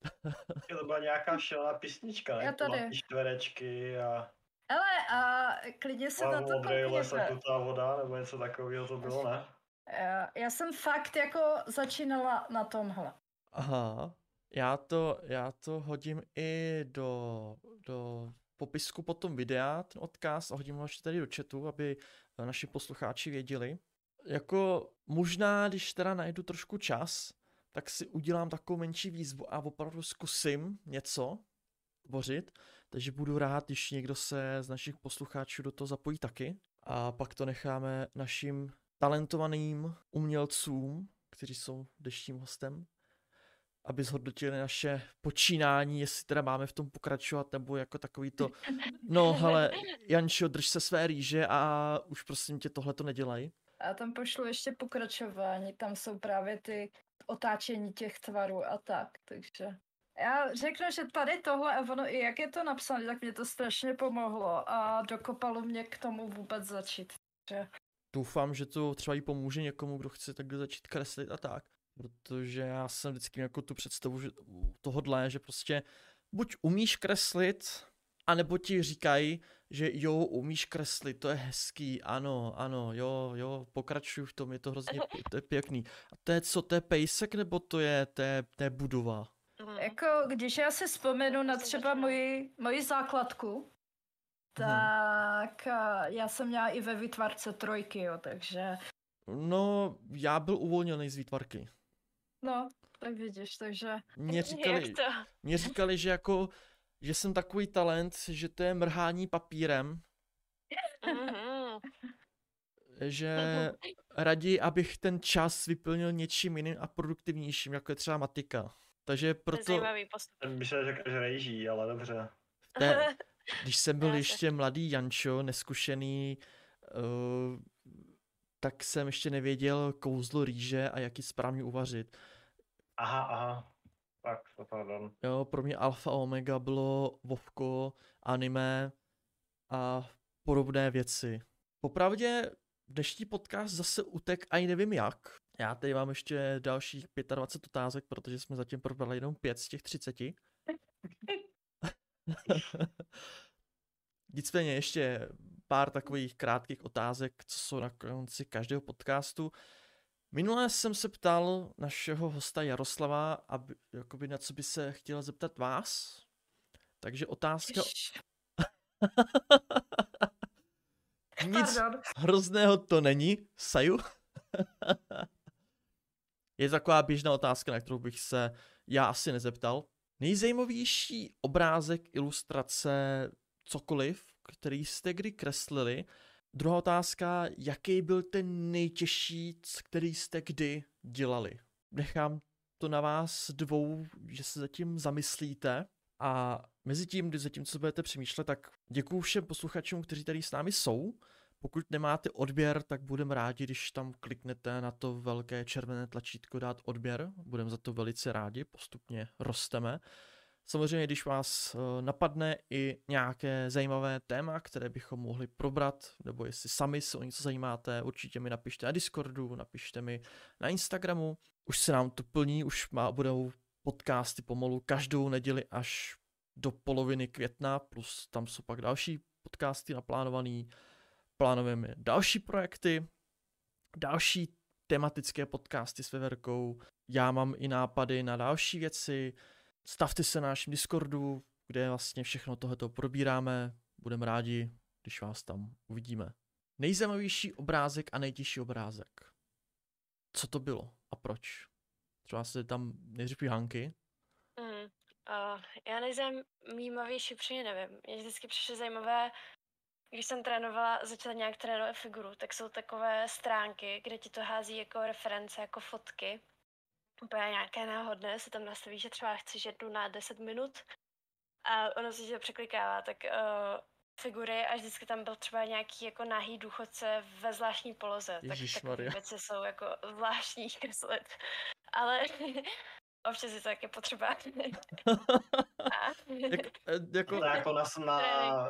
Speaker 3: To byla nějaká šelá písnička, ne?
Speaker 2: Já tady.
Speaker 3: Kulatý čtverečky a...
Speaker 2: Ale a klidně se na to
Speaker 3: koukněte. Ta voda, nebo něco takového to bylo, ne?
Speaker 2: Já, já jsem fakt jako začínala na tomhle.
Speaker 1: Aha, já to, já to hodím i do, do popisku potom videa, ten odkaz, a hodím ho ještě tady do chatu, aby naši poslucháči věděli. Jako možná, když teda najdu trošku čas, tak si udělám takovou menší výzvu a opravdu zkusím něco tvořit, takže budu rád, když někdo se z našich posluchačů do toho zapojí taky a pak to necháme našim talentovaným umělcům, kteří jsou dnešním hostem, aby zhodnotili naše počínání, jestli teda máme v tom pokračovat, nebo jako takový to, no hele, Jančo, drž se své rýže a už prosím tě tohle to nedělej.
Speaker 2: A tam pošlu ještě pokračování, tam jsou právě ty otáčení těch tvarů a tak, takže... Já řeknu, že tady tohle a ono, i jak je to napsané, tak mě to strašně pomohlo a dokopalo mě k tomu vůbec začít. Že...
Speaker 1: Doufám, že to třeba i pomůže někomu, kdo chce takhle začít kreslit a tak, protože já jsem vždycky jako tu představu že tohodle, že prostě buď umíš kreslit, anebo ti říkají, že jo, umíš kreslit, to je hezký, ano, ano, jo, jo, pokračuj v tom, je to hrozně to je pěkný. A to je co, to je pejsek, nebo to je, to je, to je budova?
Speaker 2: Jako, když já si vzpomenu na třeba moji, moji základku, tak hmm. já jsem měla i ve výtvarce trojky, jo, takže...
Speaker 1: No, já byl uvolněný z výtvarky.
Speaker 2: No, tak vidíš, takže...
Speaker 1: Mě říkali, mě říkali, že jako, že jsem takový talent, že to je mrhání papírem. Že raději, abych ten čas vyplnil něčím jiným a produktivnějším, jako je třeba matika. Takže proto...
Speaker 3: Ten by se řekl, že rejží, ale dobře.
Speaker 1: Té, když jsem byl ještě mladý Jančo, neskušený, uh, tak jsem ještě nevěděl kouzlo rýže a jak ji správně uvařit.
Speaker 3: Aha, aha. Tak, to pardon.
Speaker 1: Jo, pro mě alfa omega bylo Vovko, anime a podobné věci. Popravdě dnešní podcast zase utek a nevím jak. Já tady mám ještě dalších dvacet pět otázek, protože jsme zatím probrali jenom pět z těch třiceti. Nicméně ještě pár takových krátkých otázek, co jsou na konci každého podcastu. Minule jsem se ptal našeho hosta Jaroslava, aby, jakoby na co by se chtěla zeptat vás. Takže otázka... Nic Pardon. hrozného to není, Saju. Je to taková běžná otázka, na kterou bych se já asi nezeptal. Nejzajímavější obrázek, ilustrace, cokoliv, který jste kdy kreslili. Druhá otázka, jaký byl ten nejtěžší, který jste kdy dělali. Nechám to na vás dvou, že se zatím zamyslíte. A mezi tím, když zatím co budete přemýšlet, tak děkuju všem posluchačům, kteří tady s námi jsou. Pokud nemáte odběr, tak budeme rádi, když tam kliknete na to velké červené tlačítko dát odběr. Budeme za to velice rádi, postupně rosteme. Samozřejmě, když vás napadne i nějaké zajímavé téma, které bychom mohli probrat, nebo jestli sami se o něco zajímáte, určitě mi napište na Discordu, napište mi na Instagramu. Už se nám to plní, už má, budou podcasty pomalu každou neděli až do poloviny května, plus tam jsou pak další podcasty naplánovaný. plánujeme další projekty, další tematické podcasty s Veverkou. Já mám i nápady na další věci. Stavte se na našem Discordu, kde vlastně všechno tohleto probíráme. Budeme rádi, když vás tam uvidíme. Nejzajímavější obrázek a nejtěžší obrázek. Co to bylo a proč? Třeba se tam nejdřív Hanky.
Speaker 4: Mm, uh, já nejzajímavější upřímně nevím. Mě vždycky přišlo zajímavé, když jsem trénovala, začala nějak trénovat figuru, tak jsou takové stránky, kde ti to hází jako reference, jako fotky. Úplně nějaké náhodné, se tam nastaví, že třeba chceš jednu na deset minut a ono si to překlikává, tak uh, figury a vždycky tam byl třeba nějaký jako nahý důchodce ve zvláštní poloze. Tak takové věci jsou jako zvláštní kreslit. Ale občas je to taky potřeba.
Speaker 3: a... Jak, jako... jako nás na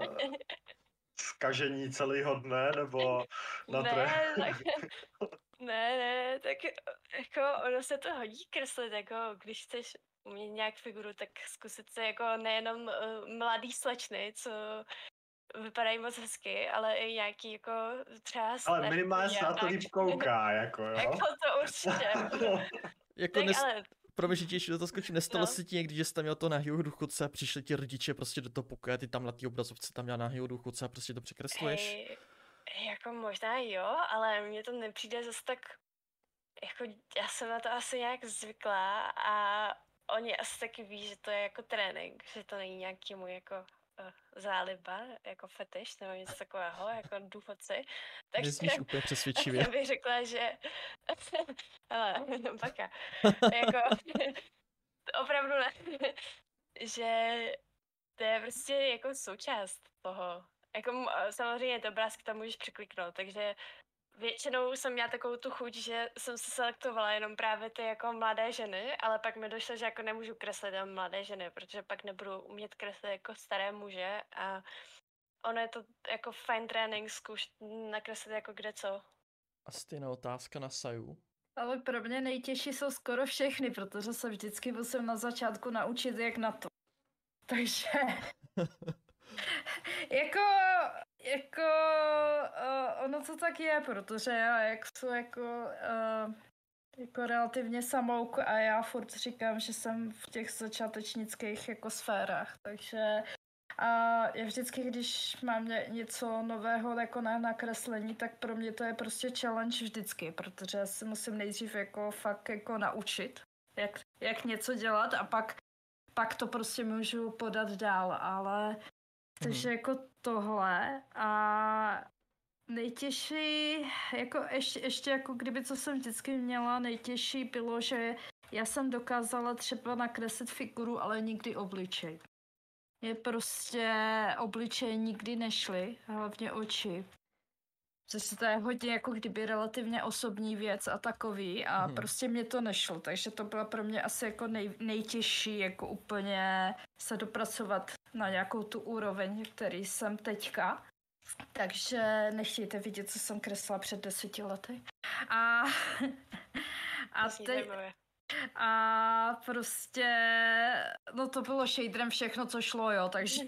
Speaker 3: zkažení celého dne, nebo na
Speaker 4: ne, tak, ne, ne, tak jako ono se to hodí kreslit, jako když chceš umět nějak figuru, tak zkusit se jako nejenom uh, mladý slečny, co vypadají moc hezky, ale i nějaký jako třeba...
Speaker 3: Ale minimálně se na to líp kouká, jako jo?
Speaker 4: Jako to určitě.
Speaker 1: jako tak, nes... ale... Promižitější do toho skočím, nestalo no. se ti někdy, že jsi tam měl to nahýho důchodce a přišli ti rodiče prostě do toho pokoje, ty tam na té obrazovce tam měl nahýho důchodce a prostě to překresluješ?
Speaker 4: Hej, jako možná jo, ale mně to nepřijde zase tak, jako já jsem na to asi nějak zvyklá a oni asi taky ví, že to je jako trénink, že to není nějaký můj jako uh, záliba, jako fetiš nebo něco takového, jako důchodci. Takže
Speaker 1: nezníš úplně přesvědčivě.
Speaker 4: Já bych řekla, že ale baka, jako opravdu ne, že to je prostě jako součást toho. Jako samozřejmě ty obrázky tam můžeš překliknout, takže většinou jsem měla takovou tu chuť, že jsem se selektovala jenom právě ty jako mladé ženy, ale pak mi došlo, že jako nemůžu kreslit jenom mladé ženy, protože pak nebudu umět kreslit jako staré muže a ono je to jako fajn trénink zkoušet nakreslit jako kde co.
Speaker 1: A stejná otázka na Saju.
Speaker 2: Ale pro mě nejtěžší jsou skoro všechny, protože se vždycky musím na začátku naučit, jak na to. Takže... jako, jako uh, ono to tak je, protože já jak jsou jako, uh, jako relativně samouk a já furt říkám, že jsem v těch začátečnických jako sférách, takže a já vždycky, když mám něco nového jako na nakreslení, tak pro mě to je prostě challenge vždycky, protože já si musím nejdřív jako fakt jako naučit, jak, jak něco dělat a pak, pak to prostě můžu podat dál, ale takže hmm. jako tohle a nejtěžší, jako ještě, ještě jako kdyby co jsem vždycky měla, nejtěžší bylo, že já jsem dokázala třeba nakreslit figuru, ale nikdy obličej. Je prostě obličeje nikdy nešly, hlavně oči. Což to je hodně jako kdyby relativně osobní věc a takový a hmm. prostě mě to nešlo, takže to bylo pro mě asi jako nej, nejtěžší jako úplně se dopracovat na nějakou tu úroveň, který jsem teďka. Takže nechtějte vidět, co jsem kreslila před deseti lety. A, a teď... A prostě, no to bylo shaderem všechno, co šlo, jo, takže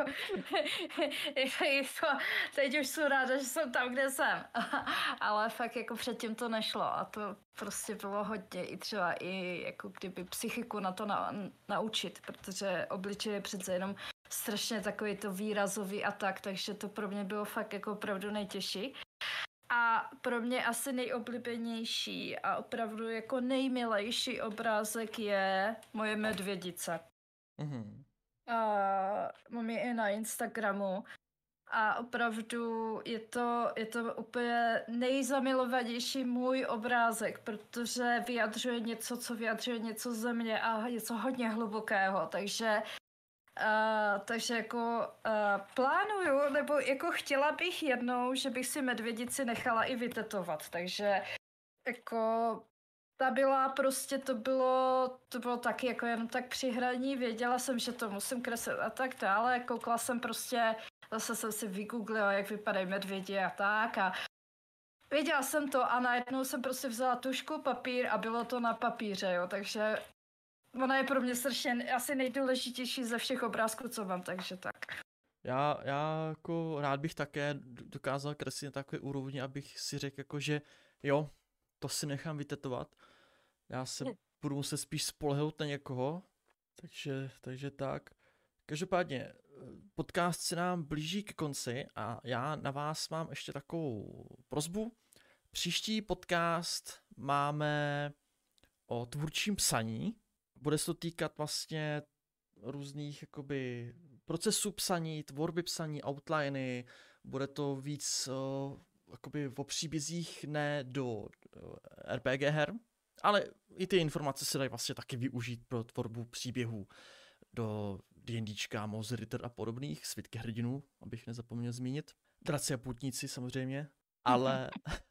Speaker 2: teď už jsem ráda, že jsem tam, kde jsem, ale fakt jako předtím to nešlo a to prostě bylo hodně i třeba i jako kdyby psychiku na to na, naučit, protože obličej je přece jenom strašně takový to výrazový a tak, takže to pro mě bylo fakt jako opravdu nejtěžší. A pro mě asi nejoblíbenější a opravdu jako nejmilejší obrázek je moje medvědice. Mm-hmm. A mám je i na Instagramu a opravdu je to, je to úplně nejzamilovanější můj obrázek, protože vyjadřuje něco, co vyjadřuje něco ze mě a něco hodně hlubokého, takže Uh, takže jako uh, plánuju, nebo jako chtěla bych jednou, že bych si medvědici nechala i vytetovat, takže jako ta byla prostě, to bylo, to bylo taky jako jenom tak při hraní, věděla jsem, že to musím kreslit a tak dále, koukla jsem prostě, zase jsem si vygooglila, jak vypadají medvědi a tak a věděla jsem to a najednou jsem prostě vzala tužku, papír a bylo to na papíře, jo, takže ona je pro mě strašně asi nejdůležitější ze všech obrázků, co mám, takže tak.
Speaker 1: Já, já jako rád bych také d- dokázal kreslit na takové úrovni, abych si řekl jako, že jo, to si nechám vytetovat. Já se budu muset spíš spolehnout na někoho, takže, takže tak. Každopádně, eh, podcast se nám blíží k konci a já na vás mám ještě takovou prosbu. Příští podcast máme o tvůrčím psaní. Bude se to týkat vlastně různých jakoby procesů psaní, tvorby psaní, outliny. Bude to víc uh, jakoby o příbězích, ne do uh, R P G her, ale i ty informace se dají vlastně taky využít pro tvorbu příběhů do D&Dčka, Monster Ritter a podobných, svitky hrdinů, abych nezapomněl zmínit. Draci a putníci samozřejmě, ale...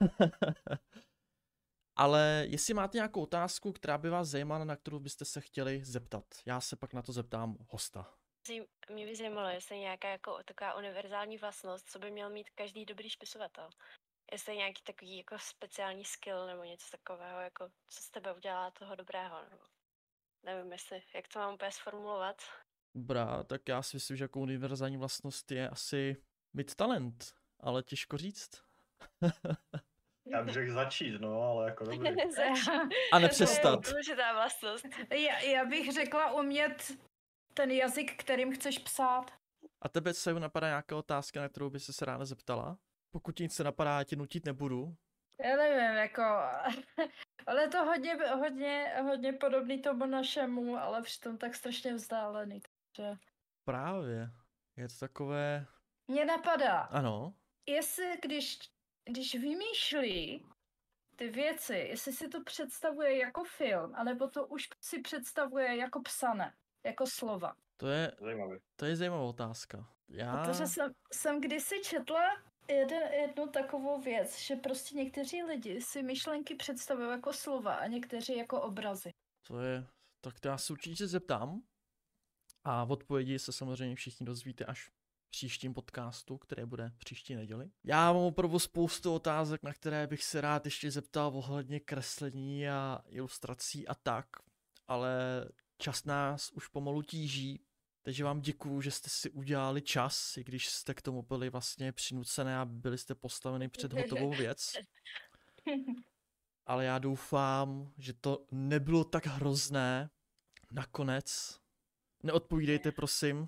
Speaker 1: ale jestli máte nějakou otázku, která by vás zajímala, na kterou byste se chtěli zeptat, já se pak na to zeptám hosta.
Speaker 4: Zaj- Mě by zajímalo, jestli je nějaká jako taková univerzální vlastnost, co by měl mít každý dobrý spisovatel. Jestli je nějaký takový jako speciální skill nebo něco takového, jako co z tebe udělá toho dobrého. Nebo nevím, jestli, jak to mám úplně sformulovat.
Speaker 1: Dobrá, tak já si myslím, že jako univerzální vlastnost je asi mít talent, ale těžko říct.
Speaker 3: Já bych řekl začít, no, ale jako dobrý.
Speaker 1: A nepřestat.
Speaker 4: To je důležitá vlastnost.
Speaker 2: Já, já bych řekla umět ten jazyk, kterým chceš psát.
Speaker 1: A tebe se napadá nějaká otázka, na kterou by se ráda zeptala? Pokud ti nic se napadá, já tě nutit nebudu.
Speaker 2: Já nevím, jako... ale je to hodně, hodně, hodně podobný tomu našemu, ale přitom tak strašně vzdálený. Takže...
Speaker 1: Právě. Je to takové...
Speaker 2: Mně napadá,
Speaker 1: Ano.
Speaker 2: jestli když, když vymýšlí ty věci, jestli si to představuje jako film, anebo to už si představuje jako psané, jako slova.
Speaker 1: To je,
Speaker 3: Zajímavý.
Speaker 1: to je zajímavá otázka. Já...
Speaker 2: Protože jsem, jsem kdysi četla jeden, jednu takovou věc, že prostě někteří lidi si myšlenky představují jako slova a někteří jako obrazy.
Speaker 1: To je... Tak to já se určitě zeptám. A odpovědi se samozřejmě všichni dozvíte až v příštím podcastu, který bude příští neděli. Já mám opravdu spoustu otázek, na které bych se rád ještě zeptal ohledně kreslení a ilustrací a tak, ale čas nás už pomalu tíží, takže vám děkuju, že jste si udělali čas, i když jste k tomu byli vlastně přinucené a byli jste postaveni před hotovou věc. Ale já doufám, že to nebylo tak hrozné nakonec. Neodpovídejte, prosím.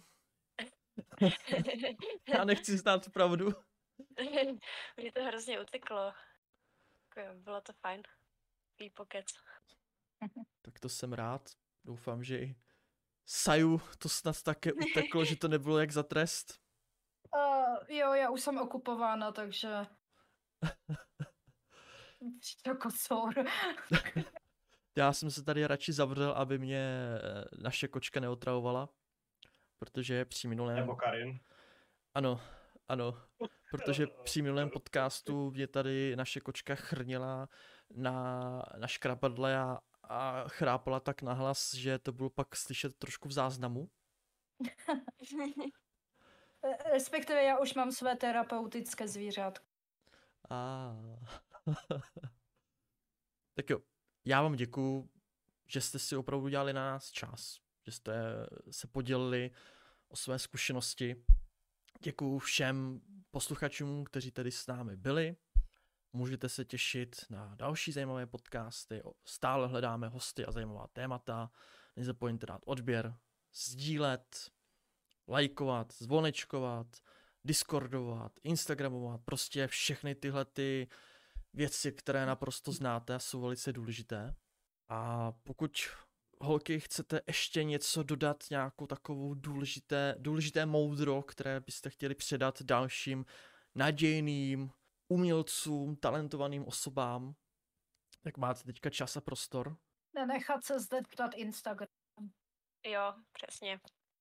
Speaker 1: Já nechci znát pravdu.
Speaker 4: Mně to hrozně uteklo. Jako, bylo to fajn. Výpokec.
Speaker 1: Tak to jsem rád. Doufám, že i Saju to snad také uteklo, že to nebylo jak za trest.
Speaker 2: Uh, jo, já už jsem okupována, takže... to kocour.
Speaker 1: Já jsem se tady radši zavřel, aby mě naše kočka neotravovala, protože při minulém...
Speaker 3: Nebo Karin.
Speaker 1: Ano, ano, protože při minulém podcastu mě tady naše kočka chrnila na, na škrapadle a, a chrápala tak nahlas, že to bylo pak slyšet trošku v záznamu.
Speaker 2: Respektive já už mám své terapeutické zvířátko.
Speaker 1: A... tak jo, já vám děkuju, že jste si opravdu udělali na nás čas, že jste se podělili o své zkušenosti. Děkuju všem posluchačům, kteří tady s námi byli. Můžete se těšit na další zajímavé podcasty. Stále hledáme hosty a zajímavá témata. Nezapomeňte dát odběr, sdílet, lajkovat, zvonečkovat, discordovat, instagramovat. Prostě všechny tyhle ty věci, které naprosto znáte a jsou velice důležité. A pokud holky chcete ještě něco dodat, nějakou takovou důležité, důležité moudro, které byste chtěli předat dalším nadějným umělcům, talentovaným osobám, tak máte teďka čas a prostor.
Speaker 2: Nenechat se zde ptat Instagram.
Speaker 4: Jo, přesně.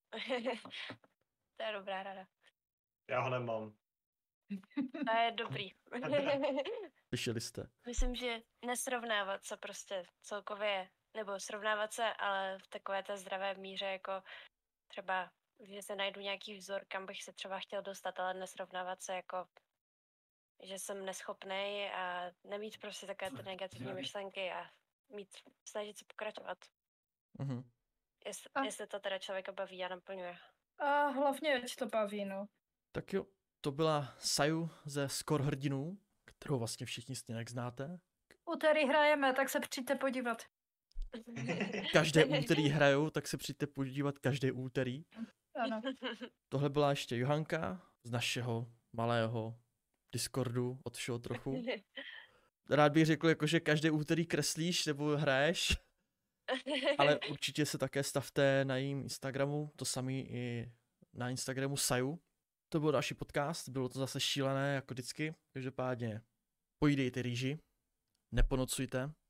Speaker 4: To je dobrá rada.
Speaker 3: Já ho nemám.
Speaker 4: To je dobrý.
Speaker 1: Slyšeli jste.
Speaker 4: Myslím, že nesrovnávat se prostě celkově, nebo srovnávat se, ale v takové té zdravé míře, jako třeba, že se najdu nějaký vzor, kam bych se třeba chtěl dostat, ale nesrovnávat se jako, že jsem neschopnej a nemít prostě takové ty negativní myšlenky a mít, snažit se pokračovat.
Speaker 1: Mhm.
Speaker 4: Jestli,
Speaker 2: A-
Speaker 4: jestli to teda člověka baví a naplňuje.
Speaker 2: A hlavně, ať to baví, no.
Speaker 1: Tak jo, to byla Saju ze Skor hrdinů, kterou vlastně všichni stejně znáte.
Speaker 2: Úterý hrajeme, tak se přijďte podívat.
Speaker 1: Každé úterý hrajou, tak se přijďte podívat každé úterý.
Speaker 2: Ano.
Speaker 1: Tohle byla ještě Johanka z našeho malého Discordu, od všeho trochu. Rád bych řekl, jako, že každé úterý kreslíš nebo hraješ, ale určitě se také stavte na jejím Instagramu, to samý i na Instagramu Saju. To byl další podcast, bylo to zase šílené, jako vždycky. Každopádně pojídejte rýži, neponocujte,